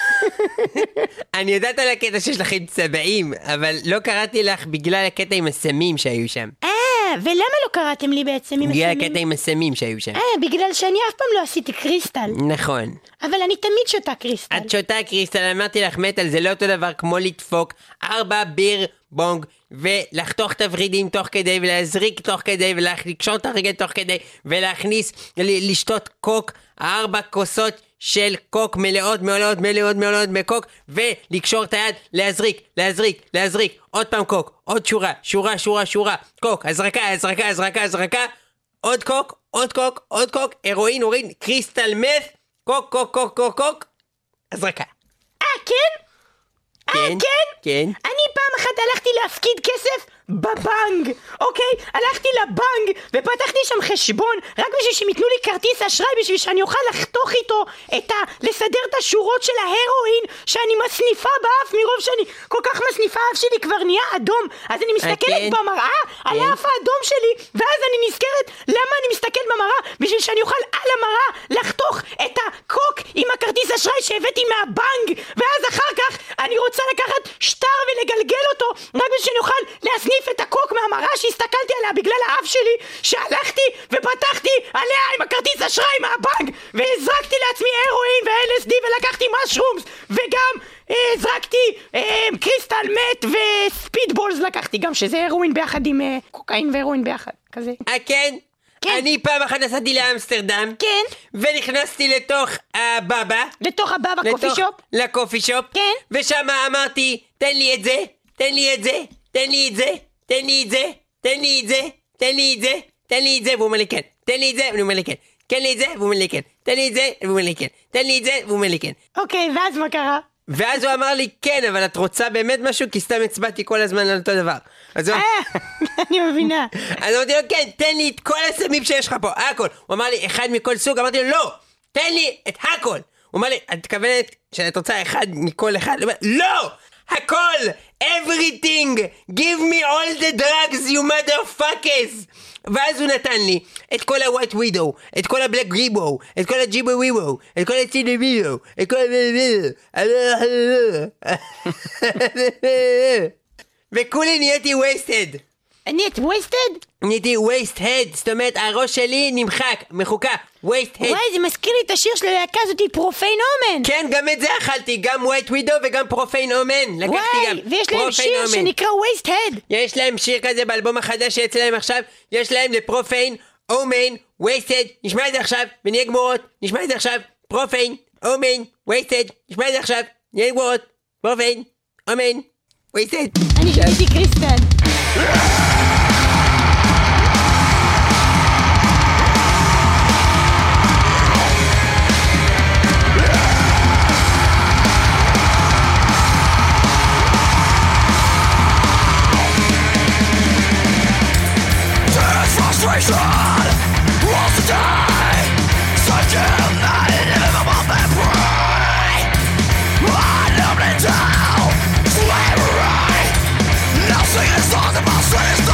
Speaker 1: אני יודעת על הקטע שיש לכם צבעים, אבל לא קראתי לך בגלל הקטע עם הסמים שהיו שם.
Speaker 4: אה, ולמה לא קראתם לי בעצם עם
Speaker 1: בגלל
Speaker 4: הסמים?
Speaker 1: הקטע עם הסמים שהיו שם.
Speaker 4: אה, בגלל שאני אף פעם לא עשיתי קריסטל.
Speaker 1: נכון.
Speaker 4: אבל אני תמיד שותה קריסטל.
Speaker 1: את שותה קריסטל, אמרתי לך מטל, זה לא אותו דבר כמו לדפוק ארבע ביר בונג ולחתוך את הוורידים תוך כדי ולהזריק תוך כדי ולקשור את הרגל תוך כדי ולהכניס, ל- לשתות קוק, ארבע כוסות של קוק מלאות מלאות מלאות מלאות מקוק ולקשור את היד, להזריק, להזריק, להזריק, עוד פעם קוק, עוד שורה, שורה, שורה, שורה, קוק, הזרקה, הזרקה, הזרקה, הזרקה, עוד קוק, עוד קוק, עוד קוק, הרואין, הורין, קריסטל מת, קוק, קוק, קוק, קוק, קוק, הזרקה.
Speaker 4: אה, כן? אה,
Speaker 1: כן,
Speaker 4: כן?
Speaker 1: כן.
Speaker 4: אני פעם אחת הלכתי להפקיד כסף בבנק, אוקיי? הלכתי לבנק ופתחתי שם חשבון רק בשביל שהם ייתנו לי כרטיס אשראי בשביל שאני אוכל לחתוך איתו את ה... לסדר את השורות של ההרואין שאני מסניפה באף מרוב שאני כל כך מסניפה, האף שלי כבר נהיה אדום. אז אני מסתכלת
Speaker 1: כן.
Speaker 4: במראה על האף האדום שלי ואז אני נזכרת למה אני מסתכלת במראה, בשביל שאני אוכל על המראה לחתוך את הקוק עם הכרטיס אשראי שהבאתי מהבנק, ואז אחר כך אני רוצה לקחת שטר ולגלגל אותו רק בשביל שאני אוכל להסניף את הקוק מהמראה שהסתכלתי עליה בגלל האף שלי, שהלכתי ופתחתי עליה עם הכרטיס אשראי מהבנק והזרקתי לעצמי הרואין ו-אל אס די ולקחתי משרומס וגם אה, הזרקתי אה, קריסטל מת וספידבולס לקחתי גם, שזה הרואין ביחד עם אה, קוקאין והרואין ביחד כזה.
Speaker 1: אה כן?
Speaker 4: כן.
Speaker 1: אני פעם אחת נסעתי לאמסטרדם.
Speaker 4: כן.
Speaker 1: ונכנסתי לתוך הבאבא.
Speaker 4: לתוך הבאבא קופי שופ?
Speaker 1: לקופי שופ.
Speaker 4: כן.
Speaker 1: ושם אמרתי, תן לי את זה, תן לי את זה, תן לי את זה, תן לי את זה, תן לי את זה, תן לי את זה, תן לי את זה, והוא אומר לי כן. תן לי את זה, והוא אומר לי כן. תן לי את זה, והוא אומר לי כן. תן לי את זה, והוא אומר לי כן. תן לי את זה, והוא אומר לי כן.
Speaker 4: אוקיי, ואז מה קרה?
Speaker 1: ואז הוא אמר לי כן, אבל את רוצה באמת משהו? כי סתם הצבעתי כל הזמן על אותו דבר. אז הוא...
Speaker 4: אה, אני מבינה.
Speaker 1: אז אמרתי לו כן, תן לי את כל הסמים שיש לך פה, הכל. הוא אמר לי אחד מכל סוג, אמרתי לו לא, תן לי את הכל. הוא אמר לי, את מתכוונת שאת רוצה אחד מכל אחד? לא! הכל! everything! give me all the drugs you motherfuckers! ואז הוא נתן לי את כל ה-white widow, את כל ה-black ריבו, את כל ה-ג'יבו וויבו, את כל ה-צידי ויבו, את כל ה... וכולי נהייתי wasted.
Speaker 4: נהיית wasted?
Speaker 1: נהייתי waste head, זאת אומרת הראש שלי נמחק, מחוקה, waste head.
Speaker 4: וואי, זה מזכיר לי את השיר של הלהקה הזאתי, פרופיין אומן.
Speaker 1: כן, גם את זה אכלתי, גם white widow וגם פרופיין אומן. לקחתי גם
Speaker 4: וואי, ויש להם
Speaker 1: פרופיין
Speaker 4: שיר
Speaker 1: אומן.
Speaker 4: שנקרא waste head.
Speaker 1: יש להם שיר כזה באלבום החדש שיצא להם עכשיו, יש להם לפרופיין אומן, wasted, נשמע את זה עכשיו, ונהיה גמורות, נשמע את זה עכשיו, פרופיין אומן, wasted, נשמע את זה עכשיו, נהיה גמורות, פרופיין אומן, wasted.
Speaker 4: אני שתיתי קריסטל.
Speaker 3: Frustration wants to die. Such a night, never want that pride. I never down slavery. Nothing is on the boss.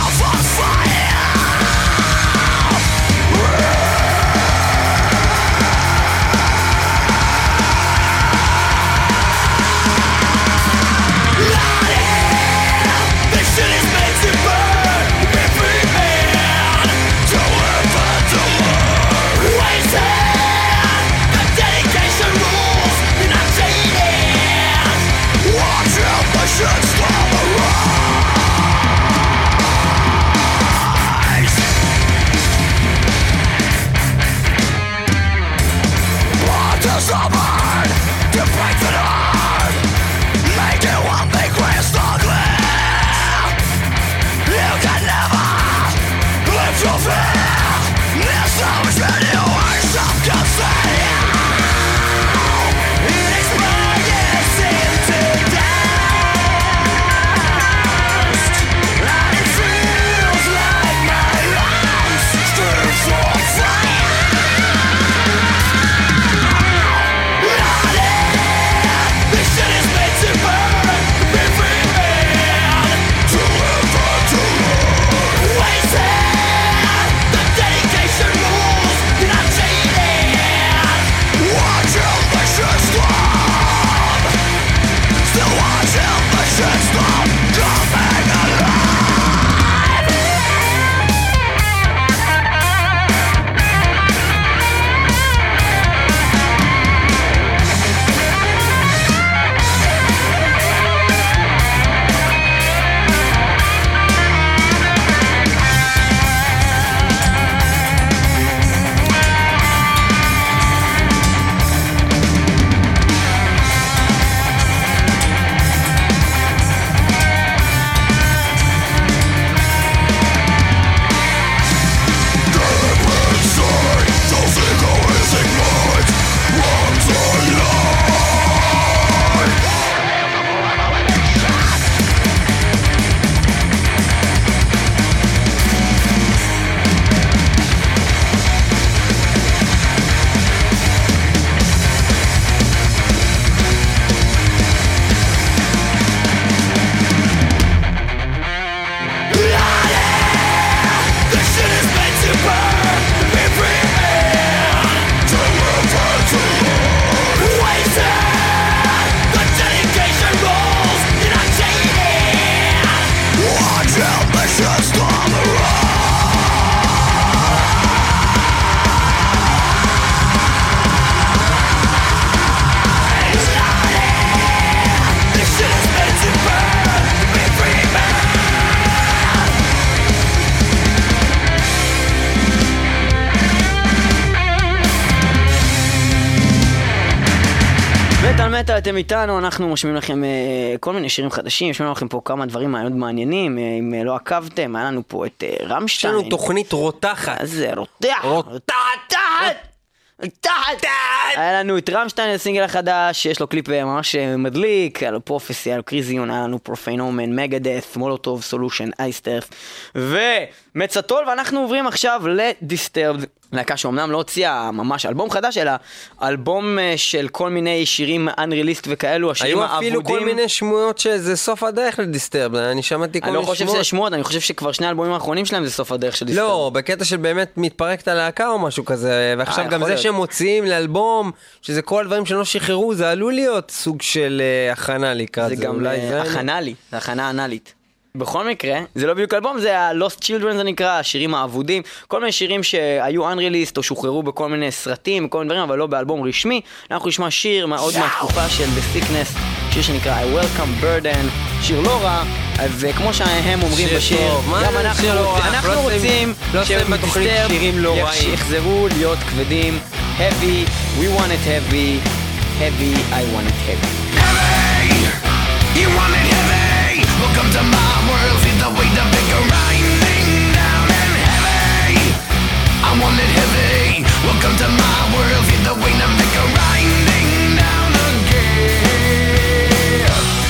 Speaker 2: מטל מטל, אתם איתנו, אנחנו משמיעים לכם uh, כל מיני שירים חדשים, משמיעים לכם פה כמה דברים מאוד מעניינים, uh, אם uh, לא עקבתם, היה לנו פה את uh, רמשטיין.
Speaker 5: יש לנו תוכנית רותחת.
Speaker 2: זה רותח.
Speaker 5: רותחת.
Speaker 2: רותחת. היה לנו את רמשטיין, הסינגל החדש, שיש לו קליפ ממש מדליק, היה לו פרופסי, היה לו קריזיון, היה לנו פרופיינומן, מגדף, מולוטוב, סולושן, אייסטרף ומצטול, ואנחנו עוברים עכשיו לדיסטרבד, להקה שאומנם לא הוציאה ממש אלבום חדש, אלא אלבום של כל מיני שירים unreleased וכאלו, השירים
Speaker 5: היו
Speaker 2: האבודים.
Speaker 5: אפילו כל מיני שמועות שזה סוף הדרך לדיסטרבד, אני שמעתי כל
Speaker 2: אני
Speaker 5: מיני
Speaker 2: לא חושב
Speaker 5: שמועות.
Speaker 2: שזה שמועות, אני חושב שכבר שני האלבומים האחרונים שלהם זה סוף הדרך של דיסטרבד.
Speaker 5: לא, בקטע של באמת מתפרקת הלהקה או משהו כזה, ועכשיו
Speaker 2: אה,
Speaker 5: גם
Speaker 2: יכול
Speaker 5: זה
Speaker 2: להיות.
Speaker 5: שהם מוציאים לאלבום, שזה כל הדברים שלא שחררו, זה עלול להיות סוג של אה, הכנה לקראת
Speaker 2: זה
Speaker 5: זה.
Speaker 2: גם
Speaker 5: אולי
Speaker 2: אה,
Speaker 5: זה...
Speaker 2: הכנה לי, זה הכנה אנלית. בכל מקרה, זה לא בדיוק אלבום, זה ה-Lost Children זה נקרא, השירים האבודים, כל מיני שירים שהיו unreleased או שוחררו בכל מיני סרטים, כל מיני דברים, אבל לא באלבום רשמי. אנחנו נשמע שיר מאוד מהתקופה של The Sickness, שיר שנקרא I Welcome Burden, שיר לא רע, אז כמו שהם אומרים
Speaker 5: שיר
Speaker 2: בשיר,
Speaker 5: טוב, מה
Speaker 2: גם
Speaker 5: זה
Speaker 2: אנחנו,
Speaker 5: שיר לא רע?
Speaker 2: אנחנו
Speaker 5: לא
Speaker 2: רוצים
Speaker 5: עושים- לא עושים בתוכנית
Speaker 2: שדיסטרב
Speaker 5: שירים לא רעים.
Speaker 2: יחזרו להיות כבדים, heavy, we want it heavy, heavy, I want it heavy.
Speaker 7: Heavy, you want it heavy. Welcome to my world. Feel the weight of it grinding down and heavy. I want it heavy. Welcome to my world. Feel the weight of it grinding down again.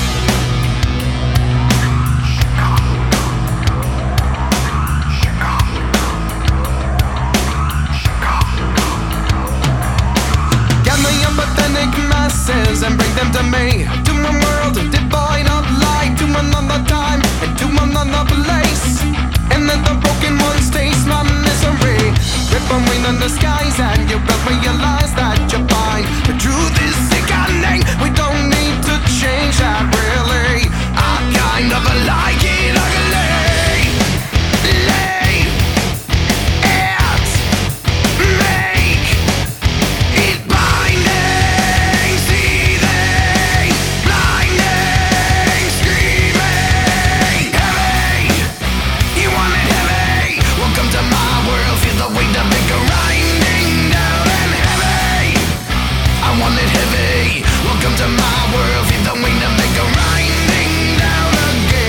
Speaker 7: Gather your pathetic masses and bring them to me. To a world devoid of light, to another time and to another place. And let the broken ones taste my misery. Rip away in the skies and you will realize that you're fine. The truth is sickening. We don't need to change that really. I kind of like it ugly. Lay it, make it binding, seething, blinding, screaming. Heavy, you want it heavy. Welcome to my world. Feel the weight of it grinding down and heavy. I want it heavy. Welcome to my world. Feel the weight of it grinding down again.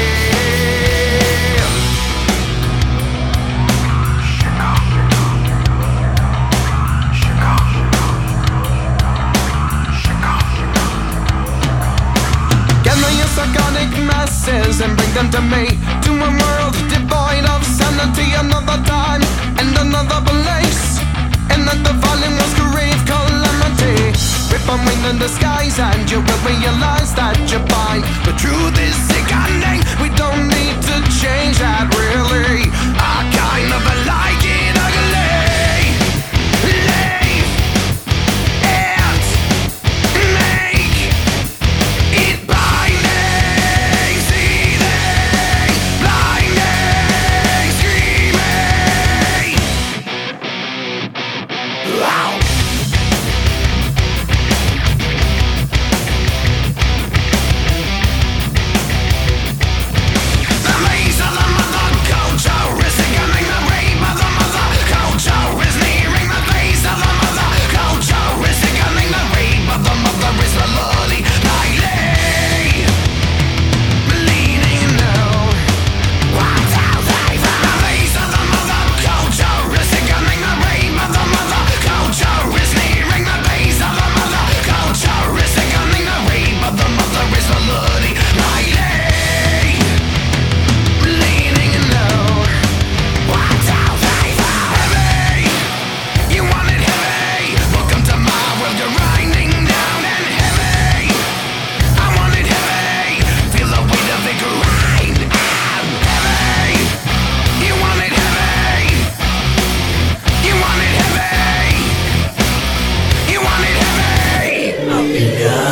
Speaker 7: Gather your psychotic masses and bring them to me. To a world devoid of sanity, another time and another place. And that the volume was grave calamity. Rip on wind in the skies and you will realize that you're fine. The truth is sickening. We don't need to change that really. I kind of like it ugly. Leave it, make it binding, seething, blinding, screaming. Wow. The maze of the mother culture is sickening. The rape of the mother culture is nearing. The face of the mother culture is sickening. The rape of the mother is bloody, lightly bleeding now. What's outside the face of the mother culture is sickening. The rape of the mother culture is nearing. The face of the mother culture is sickening. The rape of the mother is bloody, lightly bleeding now. What's outside the heavy? You want it heavy. Welcome to my world. You're grinding down and heavy. I want it heavy. Feel the weight of it grind out heavy. You want it heavy. You want it heavy. You want it heavy.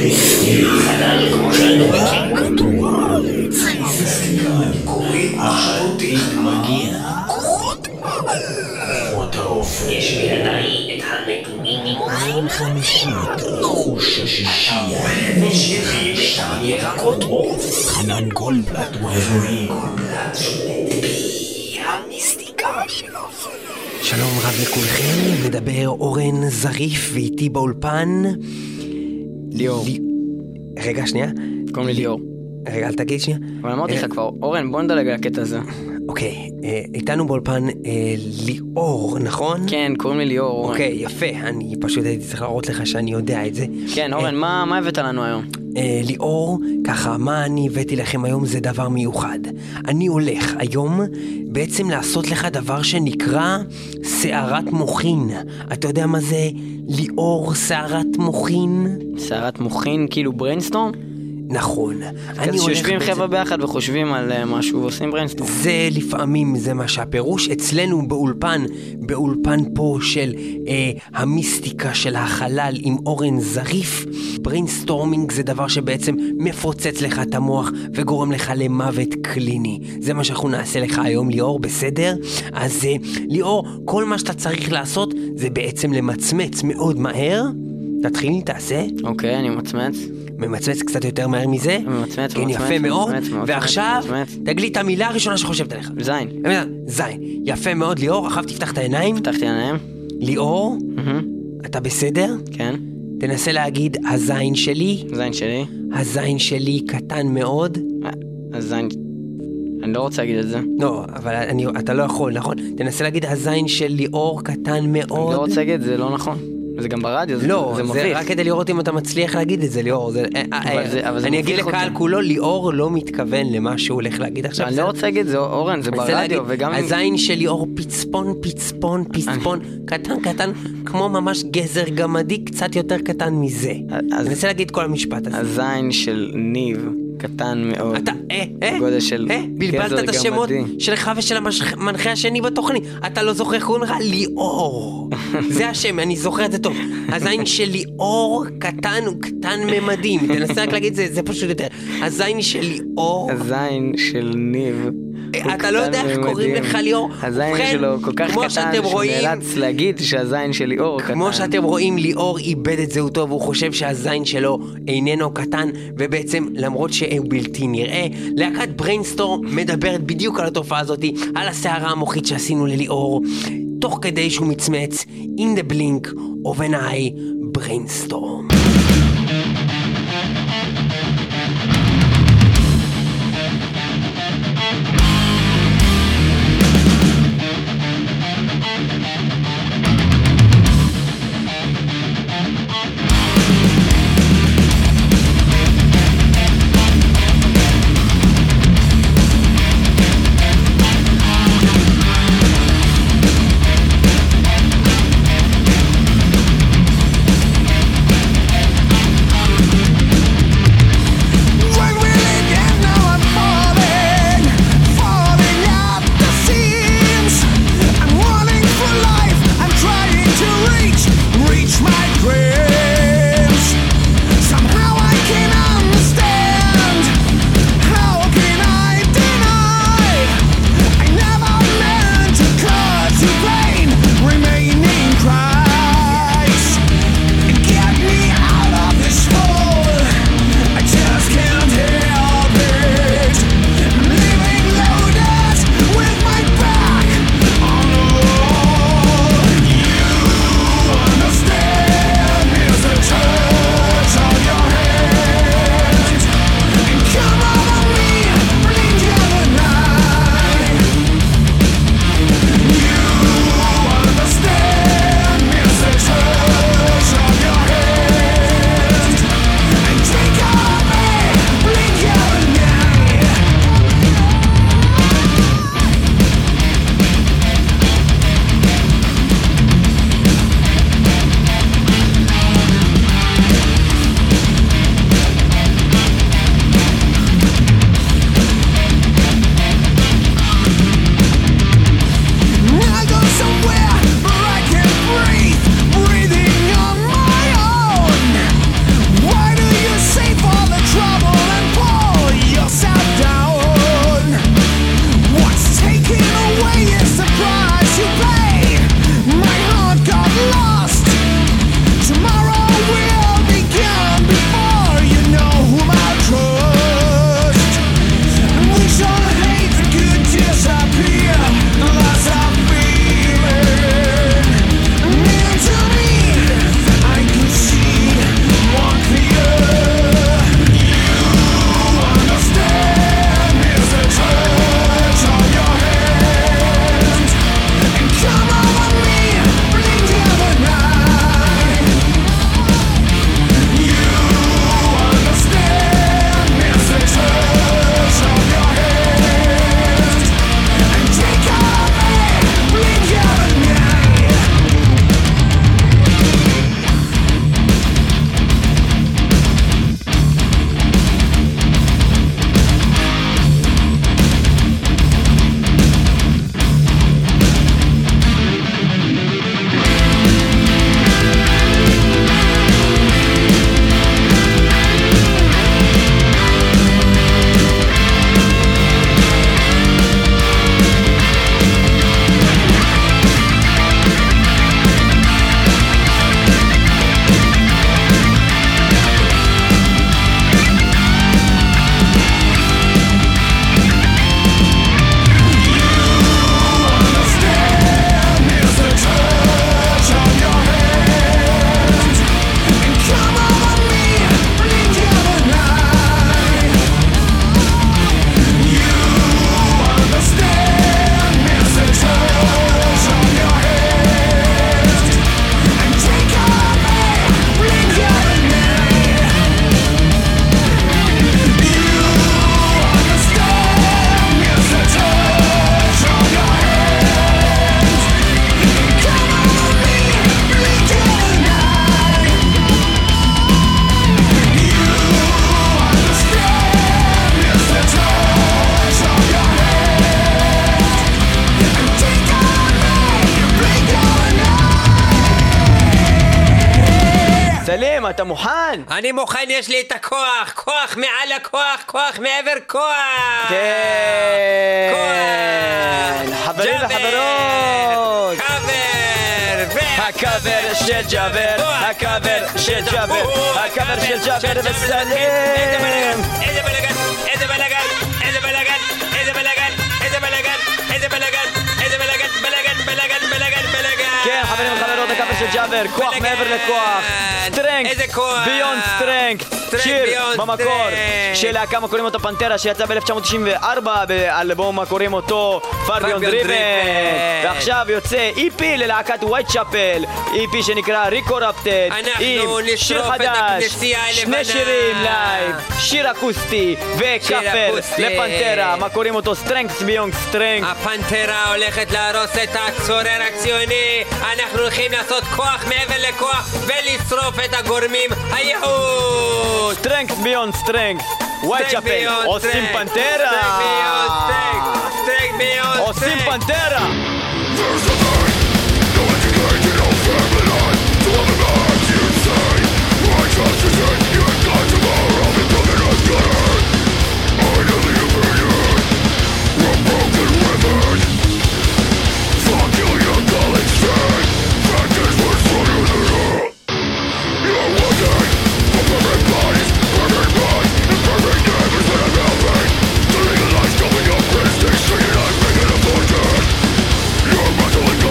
Speaker 8: יש בידי את הנתונים ממאיים חמישית, חוש השישי, ושבעים שתיים ירקות עוף, חנן גולדבלט הוא האלוהים, גולדבלט שולט בי המיסטיקה שלו.
Speaker 5: שלום רב לכולכם, מדבר אורן זריף ואיתי באולפן
Speaker 2: ליאור.
Speaker 5: רגע, שנייה.
Speaker 2: קוראים לי ליאור.
Speaker 5: רגע, אל תגיד שנייה.
Speaker 2: אבל אמרתי לך כבר, אורן, בוא נדלג על הקטע הזה.
Speaker 5: אוקיי, איתנו באולפן ליאור, נכון?
Speaker 2: כן, קוראים לי ליאור, אורן.
Speaker 5: אוקיי, יפה, אני פשוט הייתי צריך להראות לך שאני יודע את זה.
Speaker 2: כן, אורן, מה הבאת לנו היום?
Speaker 5: ליאור, ככה, מה אני הבאתי לכם היום זה דבר מיוחד. אני הולך היום בעצם לעשות לך דבר שנקרא שערת מוחין. אתה יודע מה זה ליאור שערת מוחין?
Speaker 2: שערת מוחין, כאילו בריינסטורם?
Speaker 5: נכון.
Speaker 2: כזה שיושבים חבר'ה ביחד וחושבים על משהו ועושים בריינסטורם.
Speaker 5: זה לפעמים זה מה שהפירוש. אצלנו באולפן, באולפן פה של אה, המיסטיקה של החלל עם אורן זריף, בריינסטורמינג זה דבר שבעצם מפוצץ לך את המוח וגורם לך למוות קליני. זה מה שאנחנו נעשה לך היום, ליאור, בסדר? אז אה, ליאור, כל מה שאתה צריך לעשות זה בעצם למצמץ מאוד מהר. תתחיל, תעשה.
Speaker 2: אוקיי, אני מצמץ.
Speaker 5: ממצמץ קצת יותר מהר מזה.
Speaker 2: ממצמץ,
Speaker 5: כן,
Speaker 2: ממצמץ,
Speaker 5: יפה מאוד.
Speaker 2: ממצמץ, ממצמץ,
Speaker 5: ועכשיו,
Speaker 2: ממצמץ.
Speaker 5: תגלי את המילה הראשונה שחושבת עליך.
Speaker 2: זין.
Speaker 5: זין. יפה מאוד, ליאור. עכשיו תפתח את העיניים.
Speaker 2: פתחתי עיניים.
Speaker 5: ליאור, אתה בסדר?
Speaker 2: כן.
Speaker 5: תנסה להגיד, הזין שלי.
Speaker 2: זין שלי.
Speaker 5: הזין שלי קטן מאוד.
Speaker 2: הזין... אני לא רוצה להגיד את זה.
Speaker 5: לא, אבל אני, אתה לא יכול, נכון? תנסה להגיד, הזין של ליאור קטן מאוד.
Speaker 2: אני לא רוצה להגיד, זה לא נכון. זה גם ברדיו,
Speaker 5: לא,
Speaker 2: זה, זה
Speaker 5: זה
Speaker 2: מביך.
Speaker 5: רק כדי לראות אם אתה מצליח להגיד את זה, ליאור. זה,
Speaker 2: אבל זה, אבל זה
Speaker 5: אני אגיד לקהל
Speaker 2: אותי.
Speaker 5: כולו, ליאור לא מתכוון למה שהוא הולך להגיד עכשיו.
Speaker 2: אני לא רוצה להגיד, זה אורן, זה ברדיו,
Speaker 5: להגיד,
Speaker 2: וגם...
Speaker 5: הזין של ליאור פצפון, פצפון, פצפון, קטן, קטן, כמו ממש גזר גמדי, קצת יותר קטן מזה.
Speaker 2: אז,
Speaker 5: אני רוצה להגיד כל המשפט הזה.
Speaker 2: הזין של ניב קטן מאוד.
Speaker 5: אתה, אה, אה,
Speaker 2: גודל של
Speaker 5: אה, בלבלת
Speaker 2: גזר
Speaker 5: את השמות
Speaker 2: גמדי.
Speaker 5: שלך ושל המנחה השני בתוכנית. אתה לא זוכר, קוראים לך ליאור. זה השם, אני זוכר את זה טוב. הזין של ליאור קטן הוא קטן ממדים. תנסה רק להגיד, זה, זה פשוט יותר. הזין של ליאור...
Speaker 2: הזין של ניב.
Speaker 5: אתה לא יודע איך קוראים לך ליאור.
Speaker 2: הזין שלו כל כך קטן שהוא נאלץ להגיד שהזין של ליאור קטן.
Speaker 5: כמו שאתם רואים, ליאור איבד את זהותו והוא חושב שהזין שלו איננו קטן, ובעצם למרות שהוא בלתי נראה, להקת בריינסטורם מדברת בדיוק על התופעה הזאת, על השערה המוחית שעשינו לליאור, תוך כדי שהוא מצמץ in the blink of an eye brainstorm.
Speaker 2: אתה מוכן?
Speaker 1: אני מוכן, יש לי את הכוח, כוח מעל הכוח, כוח מעבר כוח.
Speaker 2: כן.
Speaker 1: כוח.
Speaker 2: חברים
Speaker 1: ג'אבר.
Speaker 2: וחברות.
Speaker 1: קאבר.
Speaker 2: הקאבר של ג'אבר, הקאבר של ג'אבר, הקאבר של ג'אבר וסלם.
Speaker 1: איזה בלגן, איזה בלגן, איזה בלגן, איזה בלגן, איזה בלגן, איזה בלגן, איזה בלגן, איזה בלגן, בלגן, בלגן, בלגן, בלגן.
Speaker 2: כן, חברים וחברות, הקאבר של ג'אבר, כוח מעבר לכוח, סטרנקט,
Speaker 1: איזה כוח?
Speaker 2: ביונד סטרנקט, שיר
Speaker 1: ביונד
Speaker 2: במקור
Speaker 1: סטרנקט.
Speaker 2: של להקה קוראים אותו פנטרה, שיצא ב-אלף תשע מאות תשעים וארבע באלבום קוראים אותו פאר ביונד דריבן, ועכשיו יוצא אי פי ללהקת ווייט צ'אפל, אי פי שנקרא ריקורפטד, עם שיר
Speaker 1: נשרוף את
Speaker 2: חדש,
Speaker 1: הכנסייה הלבנה.
Speaker 2: שני שירים לייב, שיר אקוסטי וכאפל
Speaker 1: אקוסטי.
Speaker 2: לפנטרה, מה קוראים אותו סטרנקט ביונד סטרנקט.
Speaker 1: הפנתרה הולכת להרוס את הצורר הציוני. אנחנו הולכים לעשות כוח מעבר לכוח ולשרוף את הגורמים הייעוד.
Speaker 2: סטרנקט ביונד סטרנקט, ווייט צ'אפל עושים פנטרה, עושים פנטרה.
Speaker 3: You're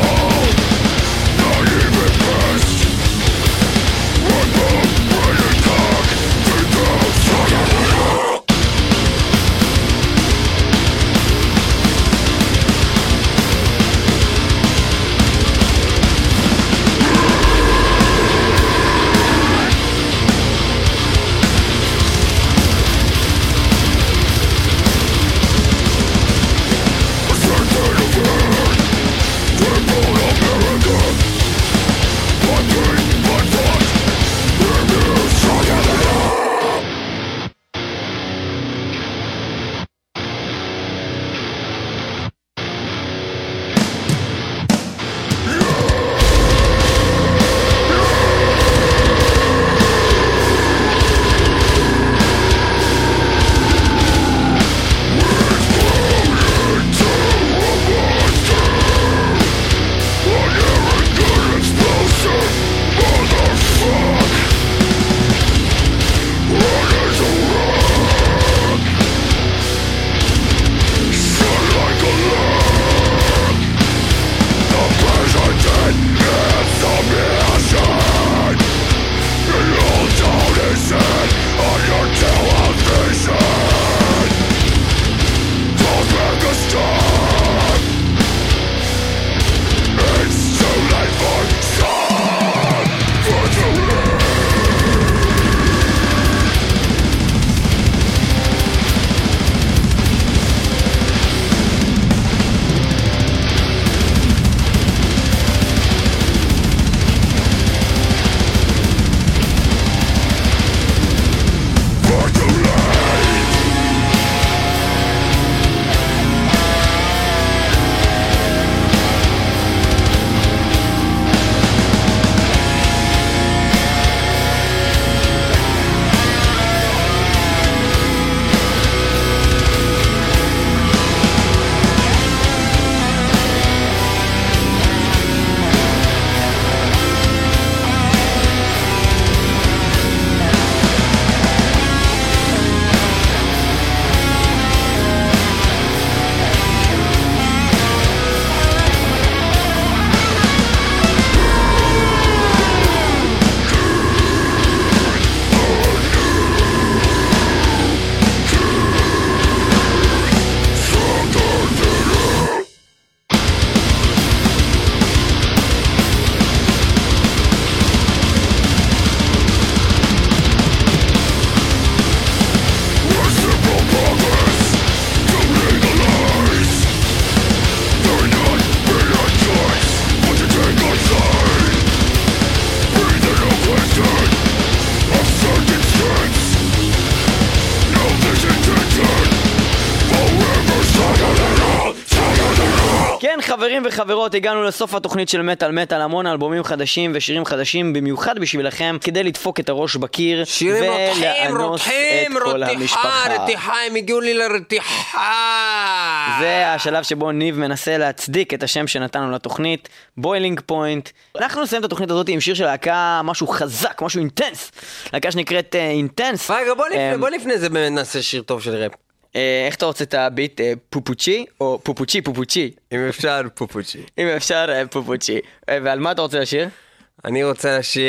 Speaker 2: חברים וחברות, הגענו לסוף התוכנית של מטל מטל, המון אלבומים חדשים ושירים חדשים במיוחד בשבילכם, כדי לדפוק את הראש בקיר
Speaker 5: שירים רותחים,
Speaker 2: ולאנוס
Speaker 5: רותחים,
Speaker 2: את כל
Speaker 5: רותחה,
Speaker 2: המשפחה.
Speaker 5: רתיחה, הם הגיעו לי לרתיחה.
Speaker 2: זה השלב שבו ניב מנסה להצדיק את השם שנתנו לתוכנית, בוילינג פוינט. אנחנו נסיים את התוכנית הזאת עם שיר של להקה, משהו חזק, משהו אינטנס. להקה שנקראת אינטנס.
Speaker 5: רגע, בוא לפני, בוא לפני זה באמת נעשה שיר טוב של ראפ.
Speaker 2: איך אתה רוצה את הביט, פופוצ'י או פופוצ'י פופוצ'י?
Speaker 5: אם אפשר פופוצ'י.
Speaker 2: אם אפשר פופוצ'י. ועל מה אתה רוצה לשיר?
Speaker 5: אני רוצה לשיר,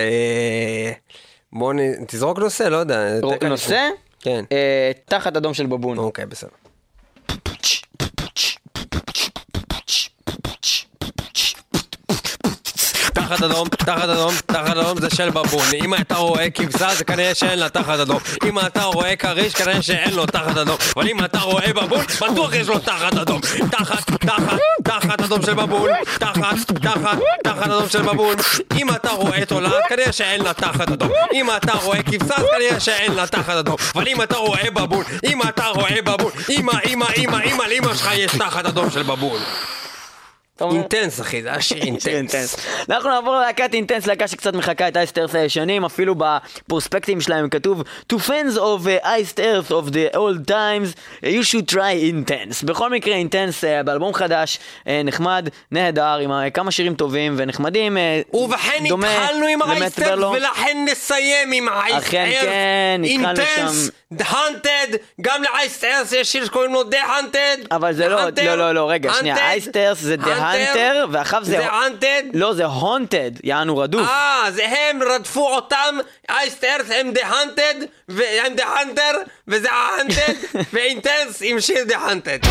Speaker 5: בוא תזרוק נושא, לא יודע.
Speaker 2: נושא?
Speaker 5: כן.
Speaker 2: תחת אדום של בבון.
Speaker 5: אוקיי, בסדר. תחת אדום, תחת אדום, תחת אדום זה של בבון. אם אתה רואה כבשה זה כנראה שאין לה תחת אדום. אם אתה רואה קריש כנראה שאין לו תחת אדום. אבל אם אתה רואה בבון, בטוח יש לו תחת אדום. תחת, תחת, תחת אדום של בבון. תחת, תחת, תחת אדום של בבון. אם אתה רואה תולעת כנראה שאין לה תחת אדום. אם אתה רואה כבשה כנראה שאין לה תחת אדום. אבל אם אתה רואה בבון, אם אתה רואה בבון, אמא, אמא, אמא, אמא, לאמא שלך יש תחת אדום של בבון. אינטנס אחי, זה השיר אינטנס.
Speaker 2: אנחנו נעבור ללהקת אינטנס, להקה שקצת מחכה את אייסט ארת' הישנים, אפילו בפרוספקטים שלהם כתוב To fans of אייסט ארת' of the old times, you should try אינטנס. בכל מקרה אינטנס באלבום חדש, נחמד, נהדר, עם כמה שירים טובים ונחמדים,
Speaker 5: ובכן התחלנו עם אייסט ארת' ולכן נסיים עם אייסט ארת'.
Speaker 2: אכן כן, התחלנו שם
Speaker 5: The Hunted, גם לאייסט ארת' יש שיר שקוראים לו The Hunted.
Speaker 2: אבל זה לא, לא, לא, לא, רגע, שנייה, אייסט ארת' זה The Hunter, ואחר זה...
Speaker 5: זה Hunted?
Speaker 2: לא, זה Haunted, יענו רדוף.
Speaker 5: אה, אז הם רדפו אותם, אייסט ארת' הם The Hunted, והם The Hunter, וזה ה-Hunted, ואינטנס עם שיר The Hunted.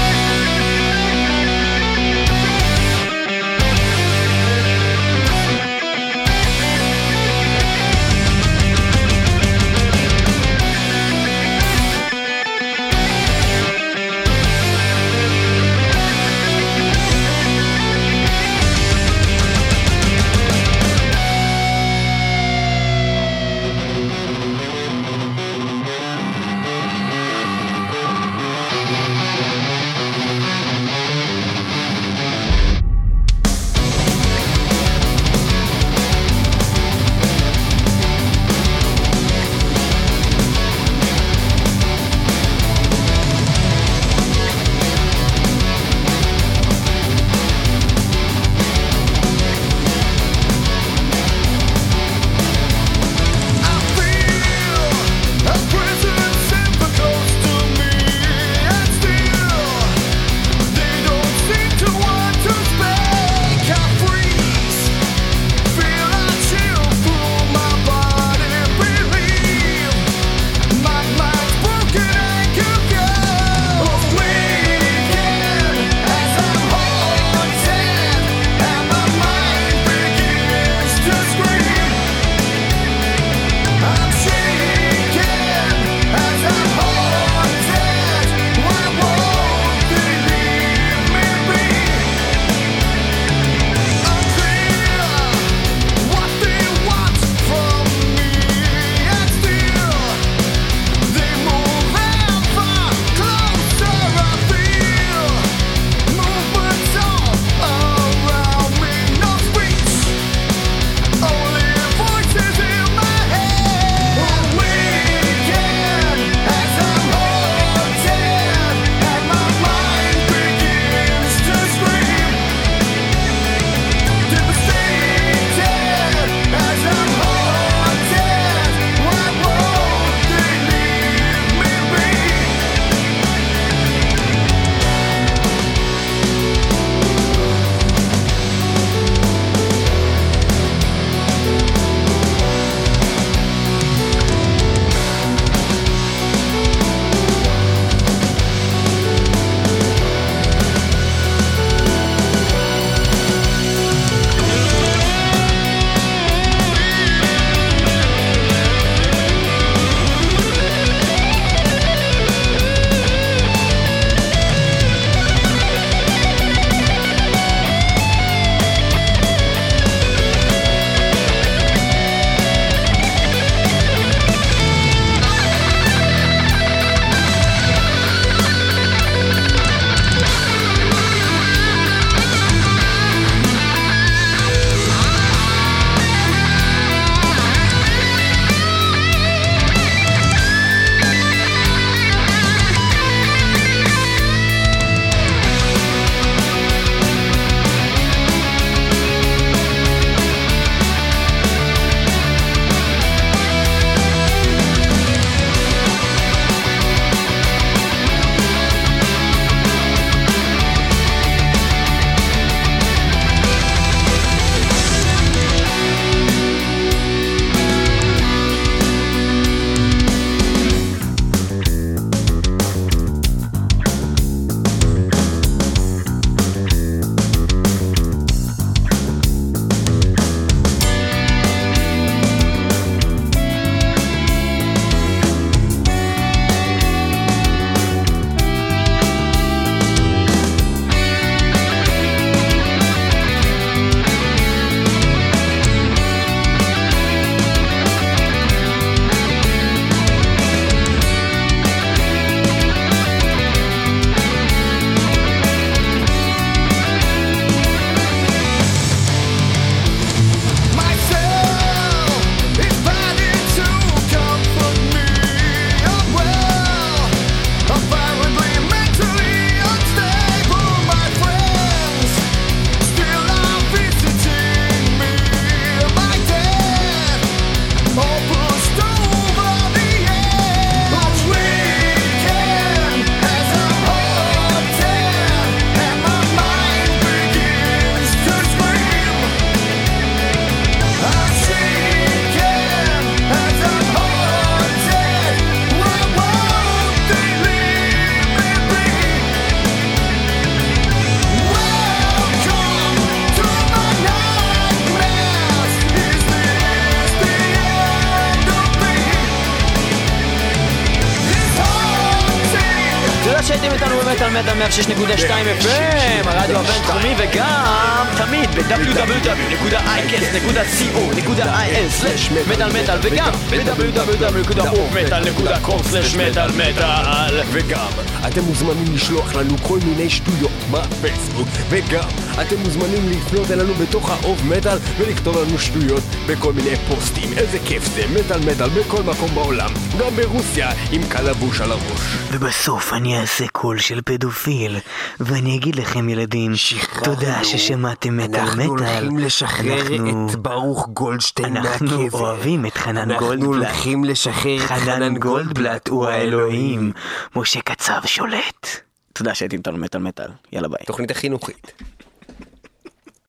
Speaker 2: שהייתם איתנו במטל מטל מאה ושש נקודה שתיים אף אם, הרדיו הבינתחומי, וגם תמיד ב-דאבליו דאבליו דאבליו נקודה איי קאסט נקודה סי או נקודה איי אל סלש מטל מטל, וגם ב-דאבליו דאבליו דאבליו נקודה אוף מטל נקודה קום סלש מטל מטל.
Speaker 9: וגם אתם מוזמנים לשלוח לנו כל מיני שטויות בפייסבוק, וגם אתם מוזמנים לפנות אלינו בתוך האוף מטל ולכתוב לנו שטויות בכל מיני פוסטים. איזה כיף זה, מטל מטל בכל מקום בעולם, גם ברוסיה עם קלבוש על הראש.
Speaker 10: ובסוף אני אעשה קול של פדופיל ואני אגיד לכם ילדים, תודה ששמעתם מטל מטל.
Speaker 9: אנחנו הולכים לשחרר את ברוך גולדשטיין מהקבר.
Speaker 10: אנחנו אוהבים את חנן גולדבלט.
Speaker 9: אנחנו הולכים לשחרר את
Speaker 10: חנן גולדבלט הוא האלוהים. משה קצב שולט. תודה שהייתם איתנו מטל מטל, יאללה ביי.
Speaker 5: תוכנית החינוכית.